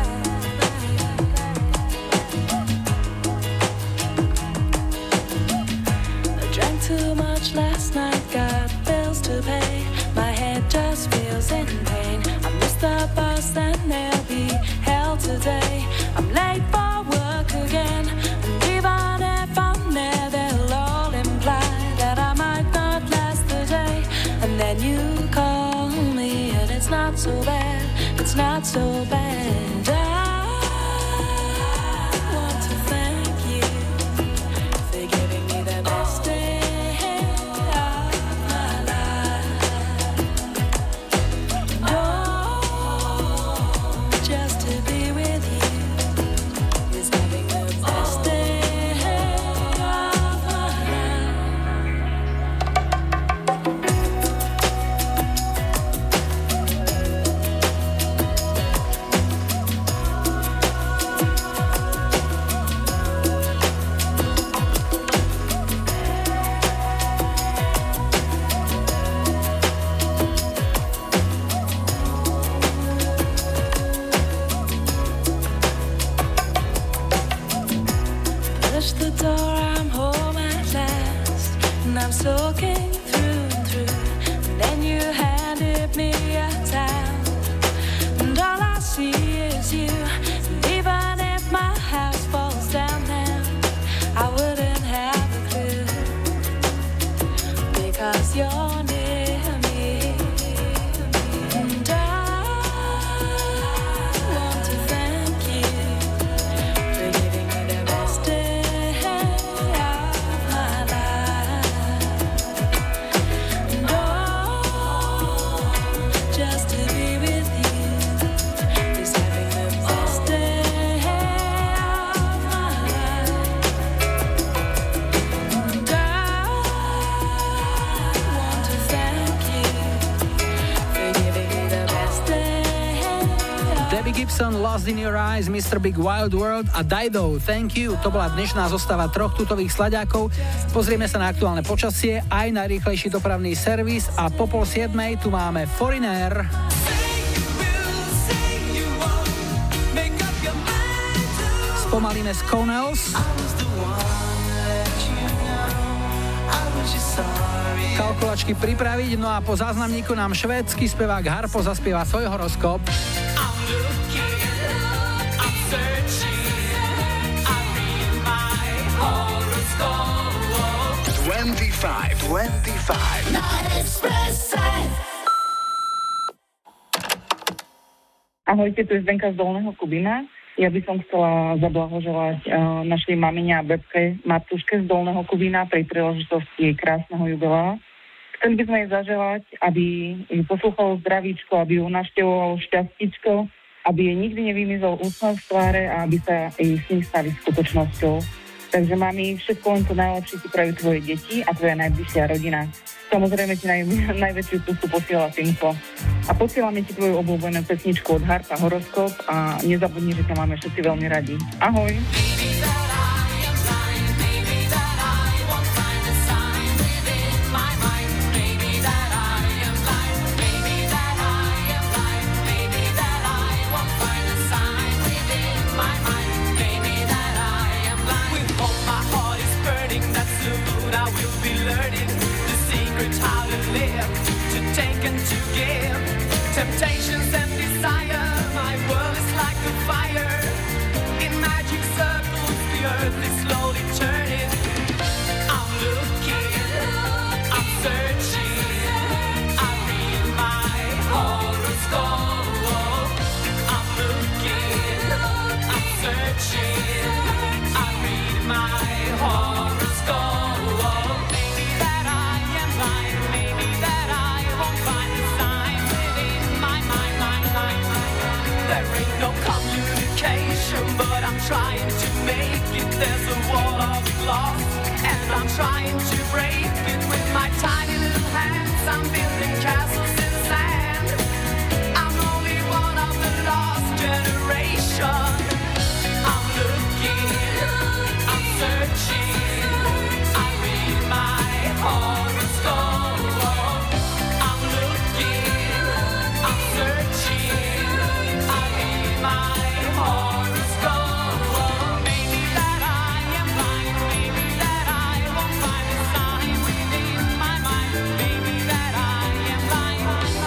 Too much last night, got bills to pay. My head just feels in pain. I missed the bus and there'll be hell today. I'm late for work again, and even if I'm there, they'll all imply that I might not last the day. And then you call me, and it's not so bad, it's not so bad. I want to thank you for giving me the best day. Soaking through and through, and then you handed me a towel, and all I see is you. And even if my house falls down now, I wouldn't have a clue, because you're near me. And I want to thank you for giving me the best day of my life.
Jackson, Lost in Your Eyes, Mr. Big Wild World a Dido, Thank You. To bola dnešná zostava troch tutových slaďákov. Pozrieme sa na aktuálne počasie, aj najrýchlejší dopravný servis a po 6:30 tu máme Foreigner. Spomalíme z Connells. Kalkulačky pripraviť, no a po záznamníku nám švédsky spevák Harpo zaspieva svoj horoskop.
25
na Expresse.
Ahojte, tu je Zdenka z Dolného Kubína. Ja by som chcela zablahoželať našej mamine a bebke Martuške z Dolného Kubína pri príležitosti krásneho jubilea. Chceli by sme jej zaželať, aby ju poslúchalo zdravíčko, aby ju navštevovalo šťastíčko, aby jej nikdy nevymizol úsmev z tváre a aby sa jej sny stali skutočnosťou. Takže mami, všetko len to najlepšie ti prajú tvoje deti a tvoja najbližšia rodina. Samozrejme ti najväčšiu pustu posiela Tinko. A posielame ti tvoju obľúbenú pesničku od Harpa Horoskop a nezabudni, že ťa máme všetci veľmi radi. Ahoj!
Temptations and desire, my world is like a fire. In magic circles, the earth is slowly turning. I'm looking, I'm searching, I read my horoscope. I'm looking, I'm searching, I read my horoscope. Maybe that I am blind, maybe that I won't find the sign. There ain't no communication, but I'm trying to make it. There's a wall of glass, and I'm trying to break it with my tiny little hands. I'm building castles in sand. I'm only one of the lost generation. I'm looking, I'm searching, I read my horoscope. I'm looking, I'm searching, my horoscope. Maybe that I am blind, maybe that I won't find a sign within my mind. Maybe that I am blind.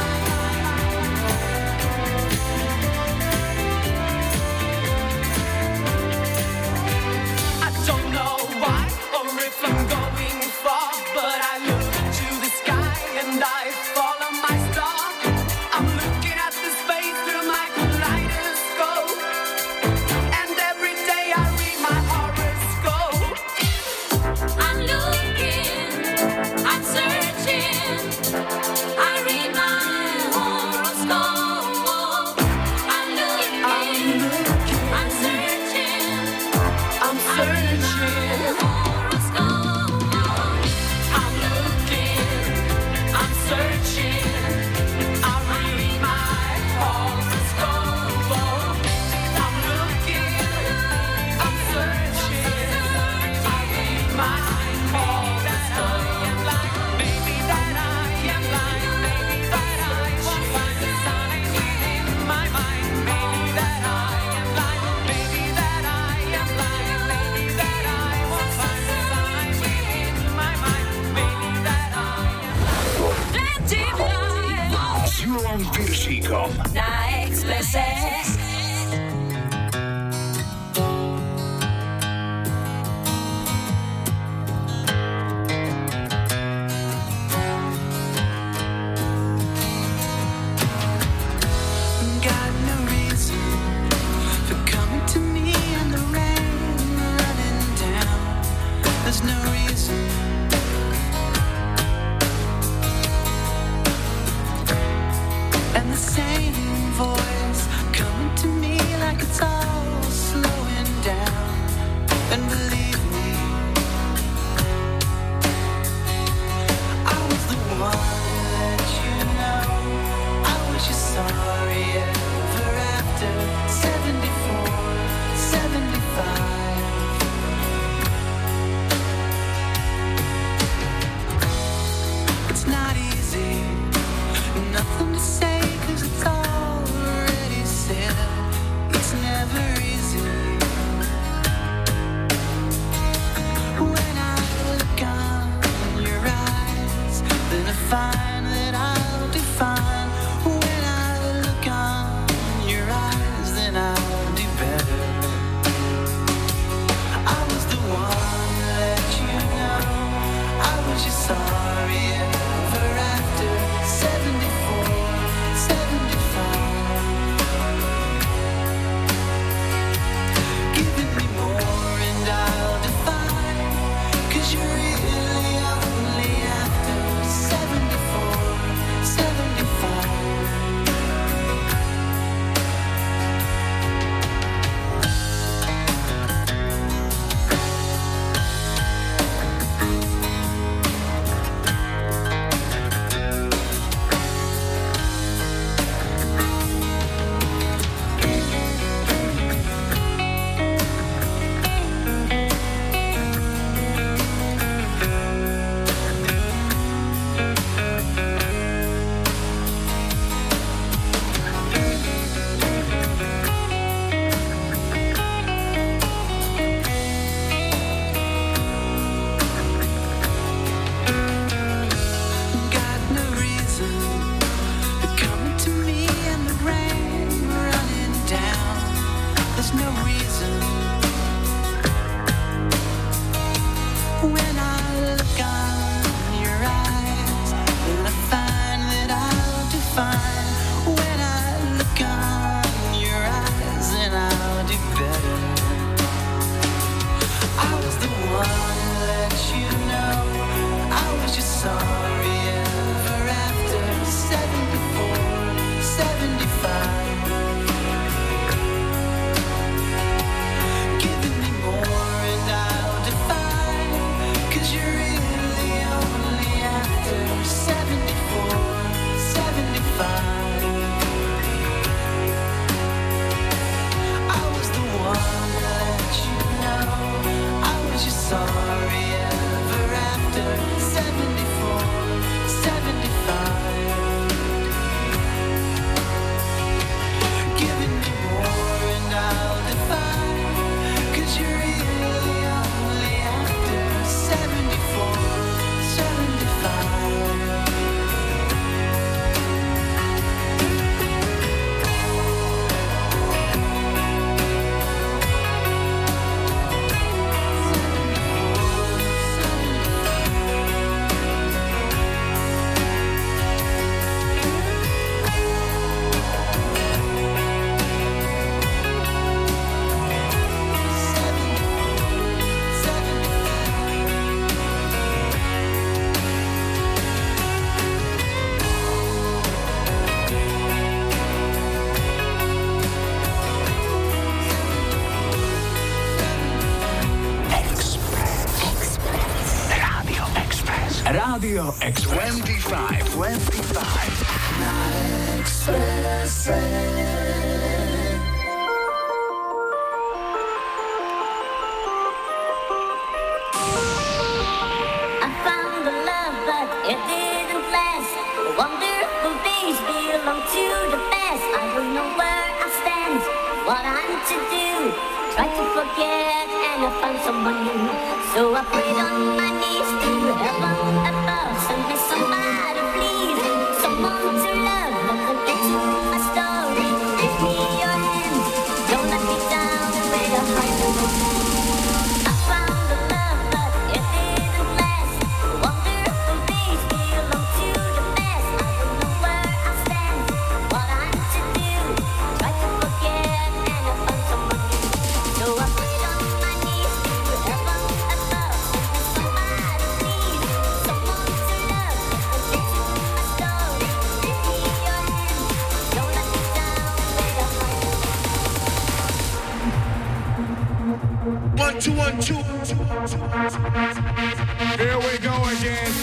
I don't know why or if I'm going far, but I look to the sky and I follow my star. I'm looking at the space through my kaleidoscope, and every day I read my horoscope. I'm looking, I'm searching, I read my horoscope. I'm looking, I'm searching, I'm searching horoscope. I'm looking, I'm searching, I read my horoscope. I'm looking, I'm searching, I read my horoscope. Maybe that I am blind, maybe that I won't find a sign within my mind. Maybe that I am blind, maybe that I am blind, maybe that I won't find a sign within my mind. Maybe that I am blind.
S Julom Piršíkom
Na Expresse.
Got no reason for coming to me in the rain, running down. There's no reason. And the same voice coming to me like it's all slowing down. And believe me, I was the one that you know. I wish you sorry ever after. find that I'll define when I look on your eyes, then I'll do better. I was the one to let you know I was just sorry ever after 74, 75. Giving me more and I'll define, 'cause you're really only after 74, 75. Got no reason coming to me and the rain running down. There's no reason when I look on your eyes, then I find that I'll define when I look on your eyes, then I'll do better. I was the one to let you know I was just sorry ever after 74, 75. Giving me more and I'll define, 'cause you're really only after 74, 75. I was the one to let you know I was just sorry ever after 74, 75. Giving me more and I'll define, 'cause you're really only after 74, 75.
Radio Express. 25.
I found the love, but it didn't last. Wonderful days belong to the past. I don't know where I stand, what I'm to do. Try to forget and I found someone new. So I prayed on my knees to heaven above. Send me somebody, please, someone to love. Listen to my story, give me your hand. Don't let me down with a heart. I found the love, but it didn't last. Wonderful days belong to the past. I don't know where I stand, what I'm to do. Try to forget and I found someone new. So I prayed on my knees to heaven above. Send me somebody, please, someone to love. Listen to my story, give me your hand. Don't let me down with a heart.
1, 2, 1, 2. Here we go again.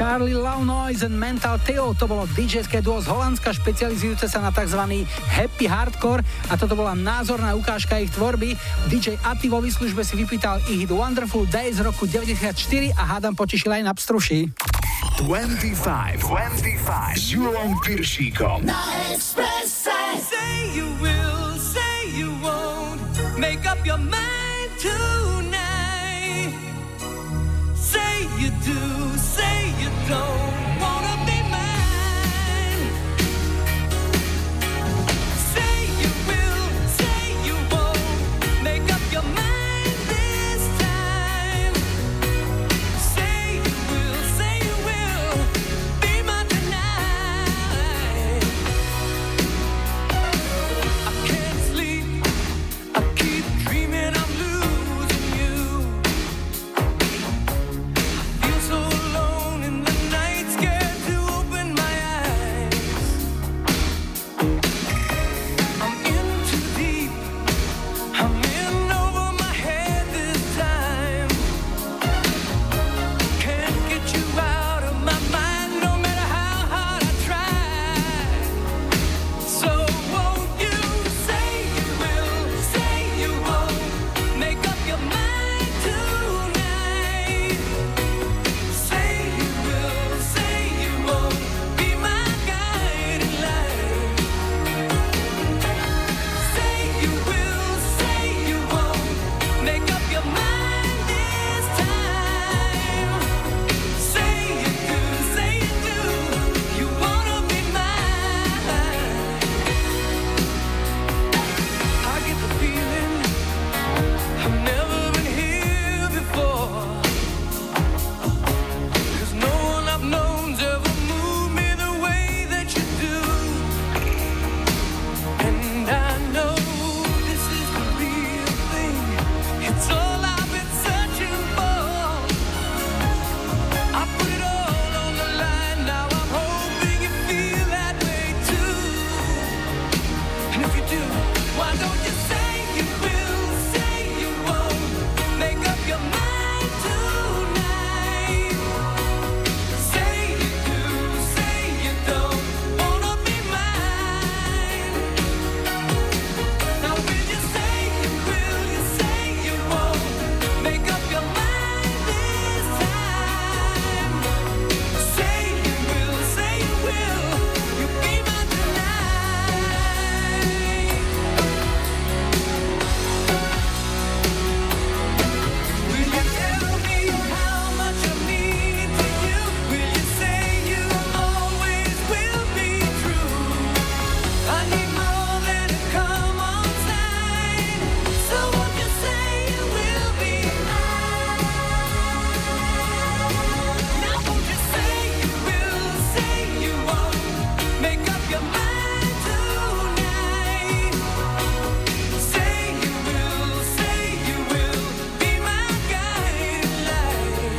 Charlie Launoise and Mental Theo, to bolo DJ-ské duo z Holandska, špecializujúce sa na tzv. Happy hardcore a toto bola názorná ukážka ich tvorby. DJ Atti vo výslužbe si vypýtal ich hit Wonderful Days z roku 94 a hádam potešil aj na pstruši.
25 s Julom Piršíkom
Na Expresse.
Say you will, say you won't, make up your mind tonight. Say you do, say you don't wanna be mine. Say you will, say you won't, make up your mind this time. Say you will, say you will, be mine tonight. I can't sleep, I keep dreaming I'm losing you. I feel so alone in the night, scared to open my eyes. I'm in too deep, I'm in over my head this time. Can't get you out of my mind, no matter how hard I try. So won't you say you will, say you won't, make up your mind tonight. Say you will, say you won't, be my guiding light. Say you will, say you won't, make up your mind this time. Say you do, you wanna be mine. I get the feeling I've never been here before. 'Cause no one I've known's ever moved me the way that you do. And I know this is the real thing. It's all I've been searching for. I put it all on the line. Now I'm hoping you feel that way too. And if you do, why don't you say you will, say you won't, make up your mind tonight. Say you do, say you don't wanna be mine. Now will you say you will, you say you won't, make up your mind this time. Say you will, you be mine tonight. Will you tell me how much I mean to you? Will you say you always will be true? I need more than a come on sign. So won't you say you will be mine? Now won't you say you will, say you won't, make up your mind tonight. Say you will, be my guiding light.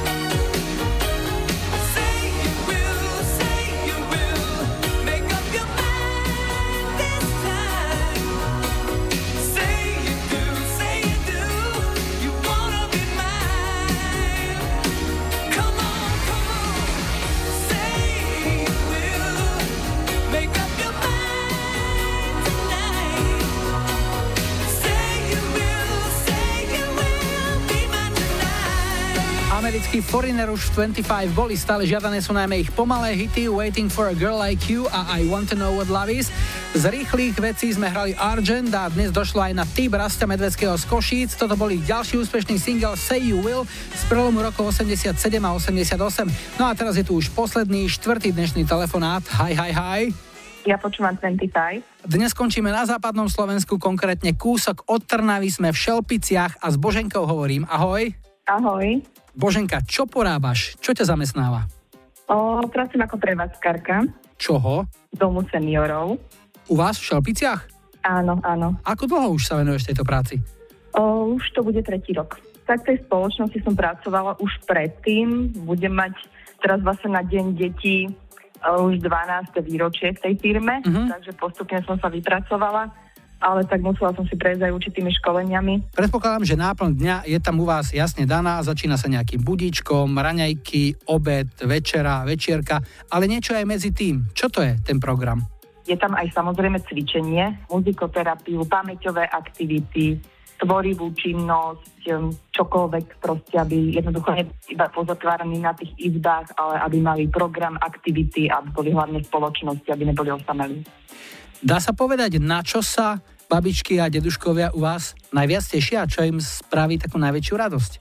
Say you will, make up your mind this time. Say you do, you wanna be mine. Come on. Say you will, make up your mind tonight. Say you will, be mine tonight.
Americký Foreigner už v 25 boli, stále žiadané sú najmä ich pomalé hity Waiting for a Girl Like You a I Want to Know What Love Is. Z rýchlych vecí sme hrali Argent a dnes došlo aj na tip Rastia Medvedského z Košíc. Toto bol ich ďalší úspešný single Say You Will z prelomu rokov 87 a 88. No a teraz je tu už posledný, štvrtý dnešný telefonát. Hi.
Ja počúvam 25.
Dnes skončíme na západnom Slovensku, konkrétne kúsok od Trnavy, sme v Šelpiciach a s Boženkou hovorím. Ahoj.
Ahoj.
Boženka, čo porábaš? Čo ťa zamestnáva?
Pracujem ako prevádzkarka
Čoho?
domu seniorov.
U vás v Šelpiciach?
Áno.
Ako dlho už sa venuješ tejto práci?
Už to bude 3. rok. Tak v tej spoločnosti som pracovala už predtým. Budem mať teraz vlastne na Deň detí už 12. výročie v tej firme, takže postupne som sa vypracovala. ale tak musela som si prejsť aj určitými školeniami.
Predpokladám, že náplň dňa je tam u vás jasne daná, začína sa nejakým budíčkom, raňajky, obed, večera, večierka, ale niečo aj medzi tým. Čo to je ten program?
Je tam aj samozrejme cvičenie, muzikoterapiu, pamäťové aktivity, tvorivú činnosť, čokoľvek proste, aby jednoducho neboli iba pozatváraní na tých izbách, ale aby mali program, aktivity, aby boli hlavne v spoločnosti, aby neboli osamelí.
Dá sa povedať, na čo sa babičky a deduškovia u vás najviac tešia? Čo im spraví takú najväčšiu radosť?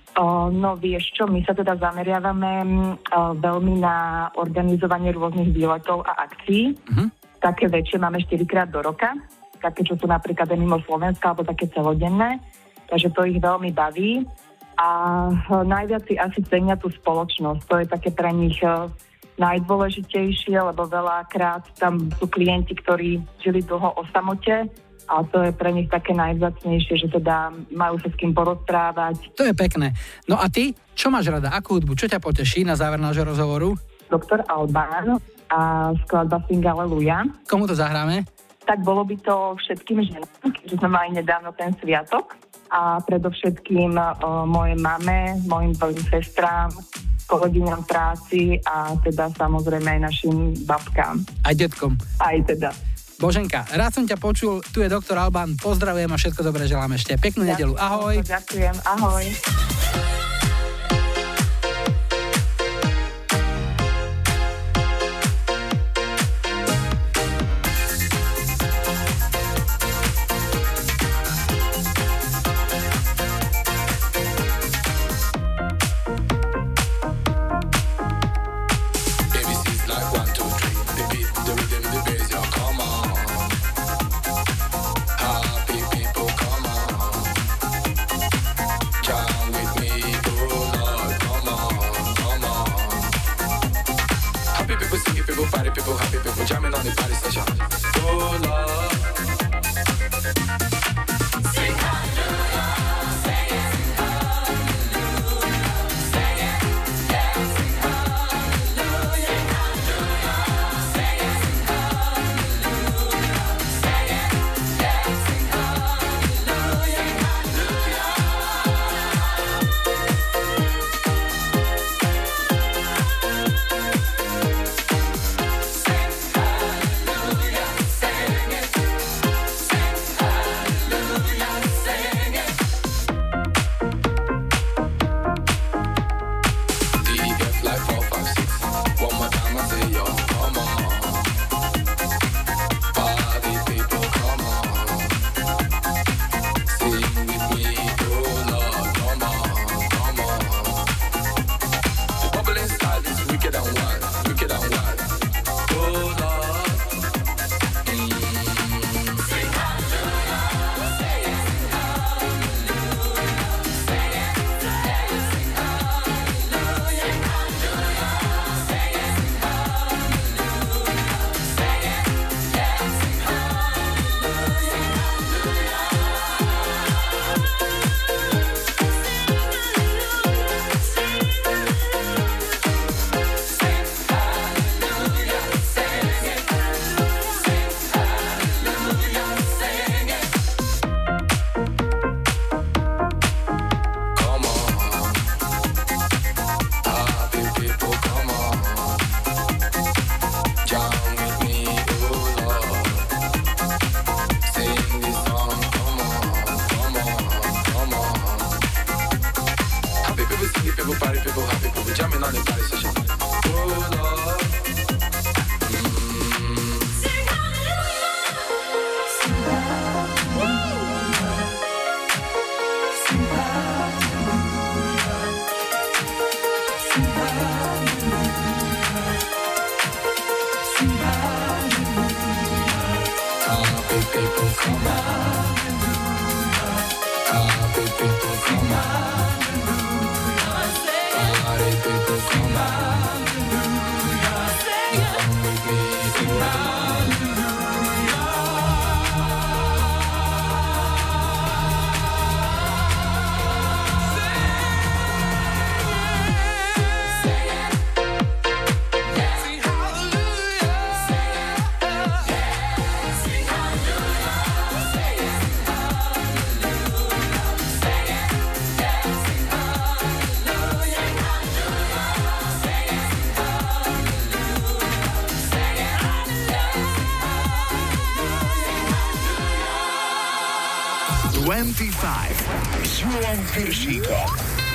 No vieš čo, my sa teda zameriavame veľmi na organizovanie rôznych výletov a akcií. Také väčšie máme 4-krát do roka, také, čo sú napríklad aj mimo Slovenska, alebo také celodenné, takže to ich veľmi baví. A najviac si asi cenia tú spoločnosť, to je také pre nich najdôležitejšie, lebo veľakrát tam sú klienti, ktorí žili dlho o samote, a to je pre nich také najvzácnejšie, že teda majú sa s kým porozprávať.
To je pekné. No a ty, čo máš rada? Akú hudbu? Čo ťa poteší na záver nášho rozhovoru?
Doktor Albán a skladba Sing Aleluja.
Komu to zahráme?
Tak bolo by to všetkým ženám, keďže sme mali nedávno ten sviatok. A predovšetkým mojej mame, mojim dvojím sestrám, kolegyňam práci a teda samozrejme aj našim babkám.
Aj detkom.
Aj teda.
Boženka, rád som ťa počul, tu je doktor Albán, pozdravujem a všetko dobré želám ešte. Peknú nedeľu, ahoj.
Ďakujem, ahoj.
Come on.
s Júlom Piršíkom.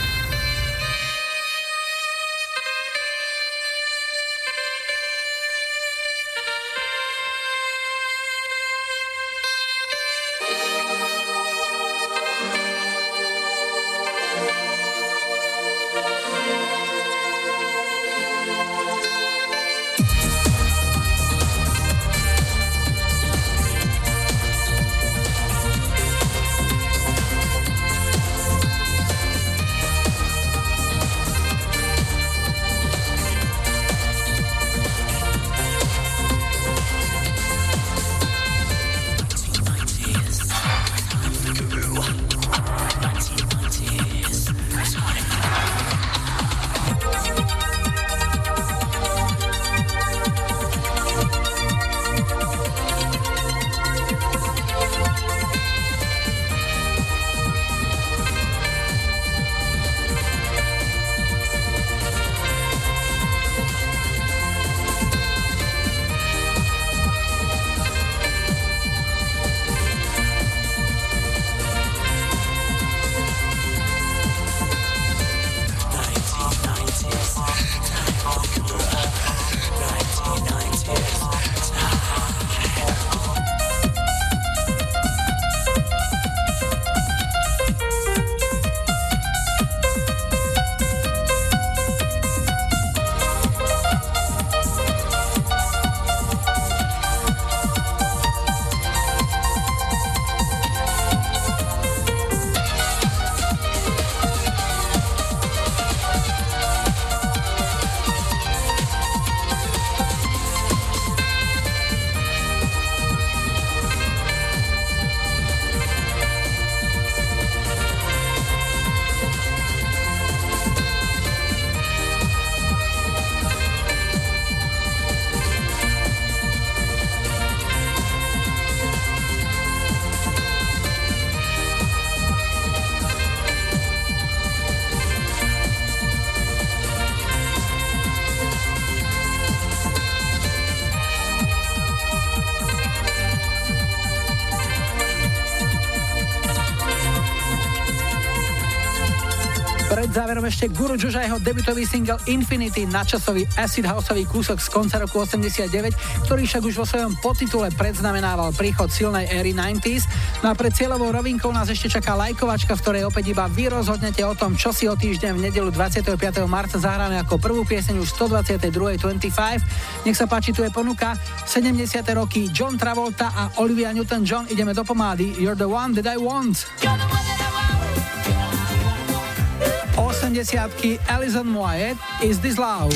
Pred záverom ešte Guru Juža, jeho debutový single Infinity, nadčasový acid houseový kúsok z konca roku 89, ktorý však už vo svojom podtitule predznamenával príchod silnej éry 90s. No a pred cieľovou rovinkou nás ešte čaká lajkovačka, v ktorej opäť iba vy rozhodnete o tom, čo si o týždeň v nedeľu 25. marca zahráme ako prvú pieseň už 122.25. Nech sa páči, tu je ponuka 70. roky John Travolta a Olivia Newton-John. Ideme do pomády. You're the one that I want. 80-ky Alison Moyet, Is This Love?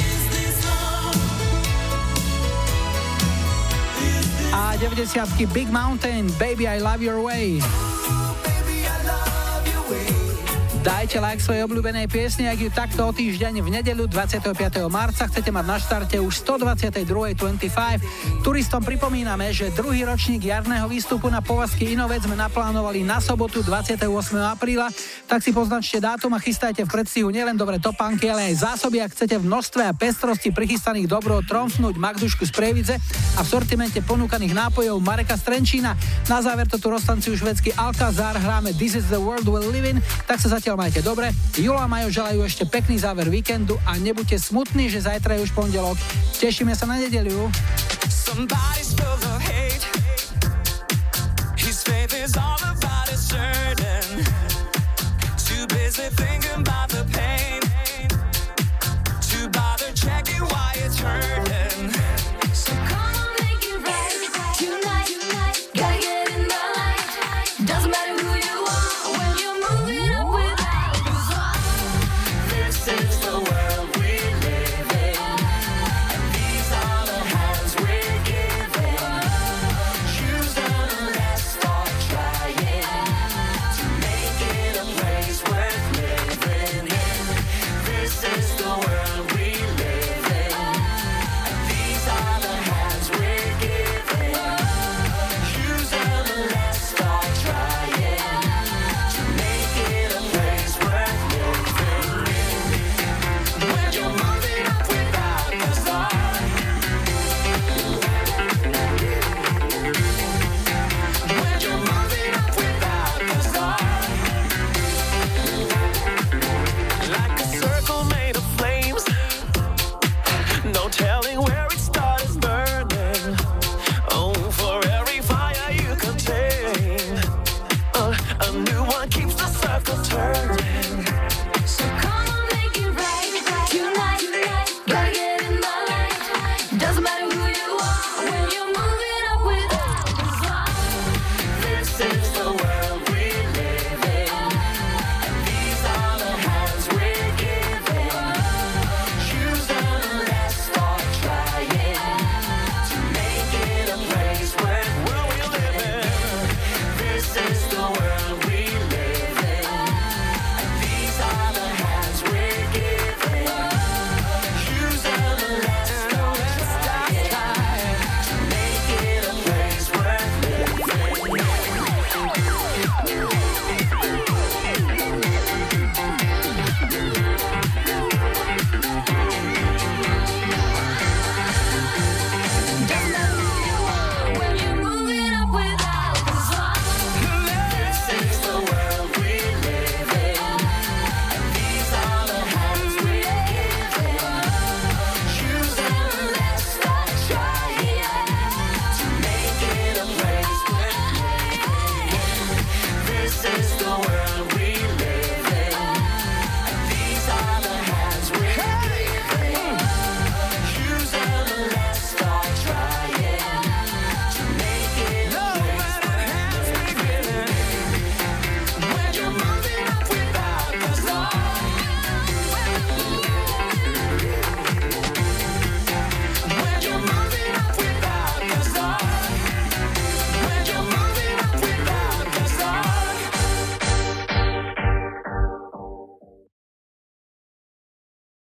A 90-ky Big Mountain, Baby I Love Your Way. Dajte like svojej obľúbenej piesni, ak ju takto o týždeň v nedeľu 25. marca chcete mať na štarte už 122.25. Turistom pripomíname, že druhý ročník jarného výstupu na povazky Inovec sme naplánovali na sobotu 28. apríla, tak si poznačte dátum a chystajte v predstihu nielen dobré topánky, ale aj zásoby, ak chcete v množstve a pestrosti prichystaných dobro tromfnúť Magdušku z Prievidze a v sortimente ponúkaných nápojov Mareka z Trenčína. Na záver to tu roztancujú švédsky Alcazar, hráme This is the World We're Living, tak sa zatiaľ majte dobre. Julo a Majo želajú ešte pekný záver víkendu a nebuďte smutní, že zajtra je už pondelok. Tešíme sa na nedeľu.
Somebody's full of hate. His faith is all about his certain. Too busy thinking about the pain. To bother checking why it's hurting.
So come on, make it right tonight. Gotta get in the light. Doesn't matter who you are when you're moving up with us. This is the world we live in, and these are the hands we're giving. Choose them, let's start trying to make it a place worth living.
have to turn, yeah.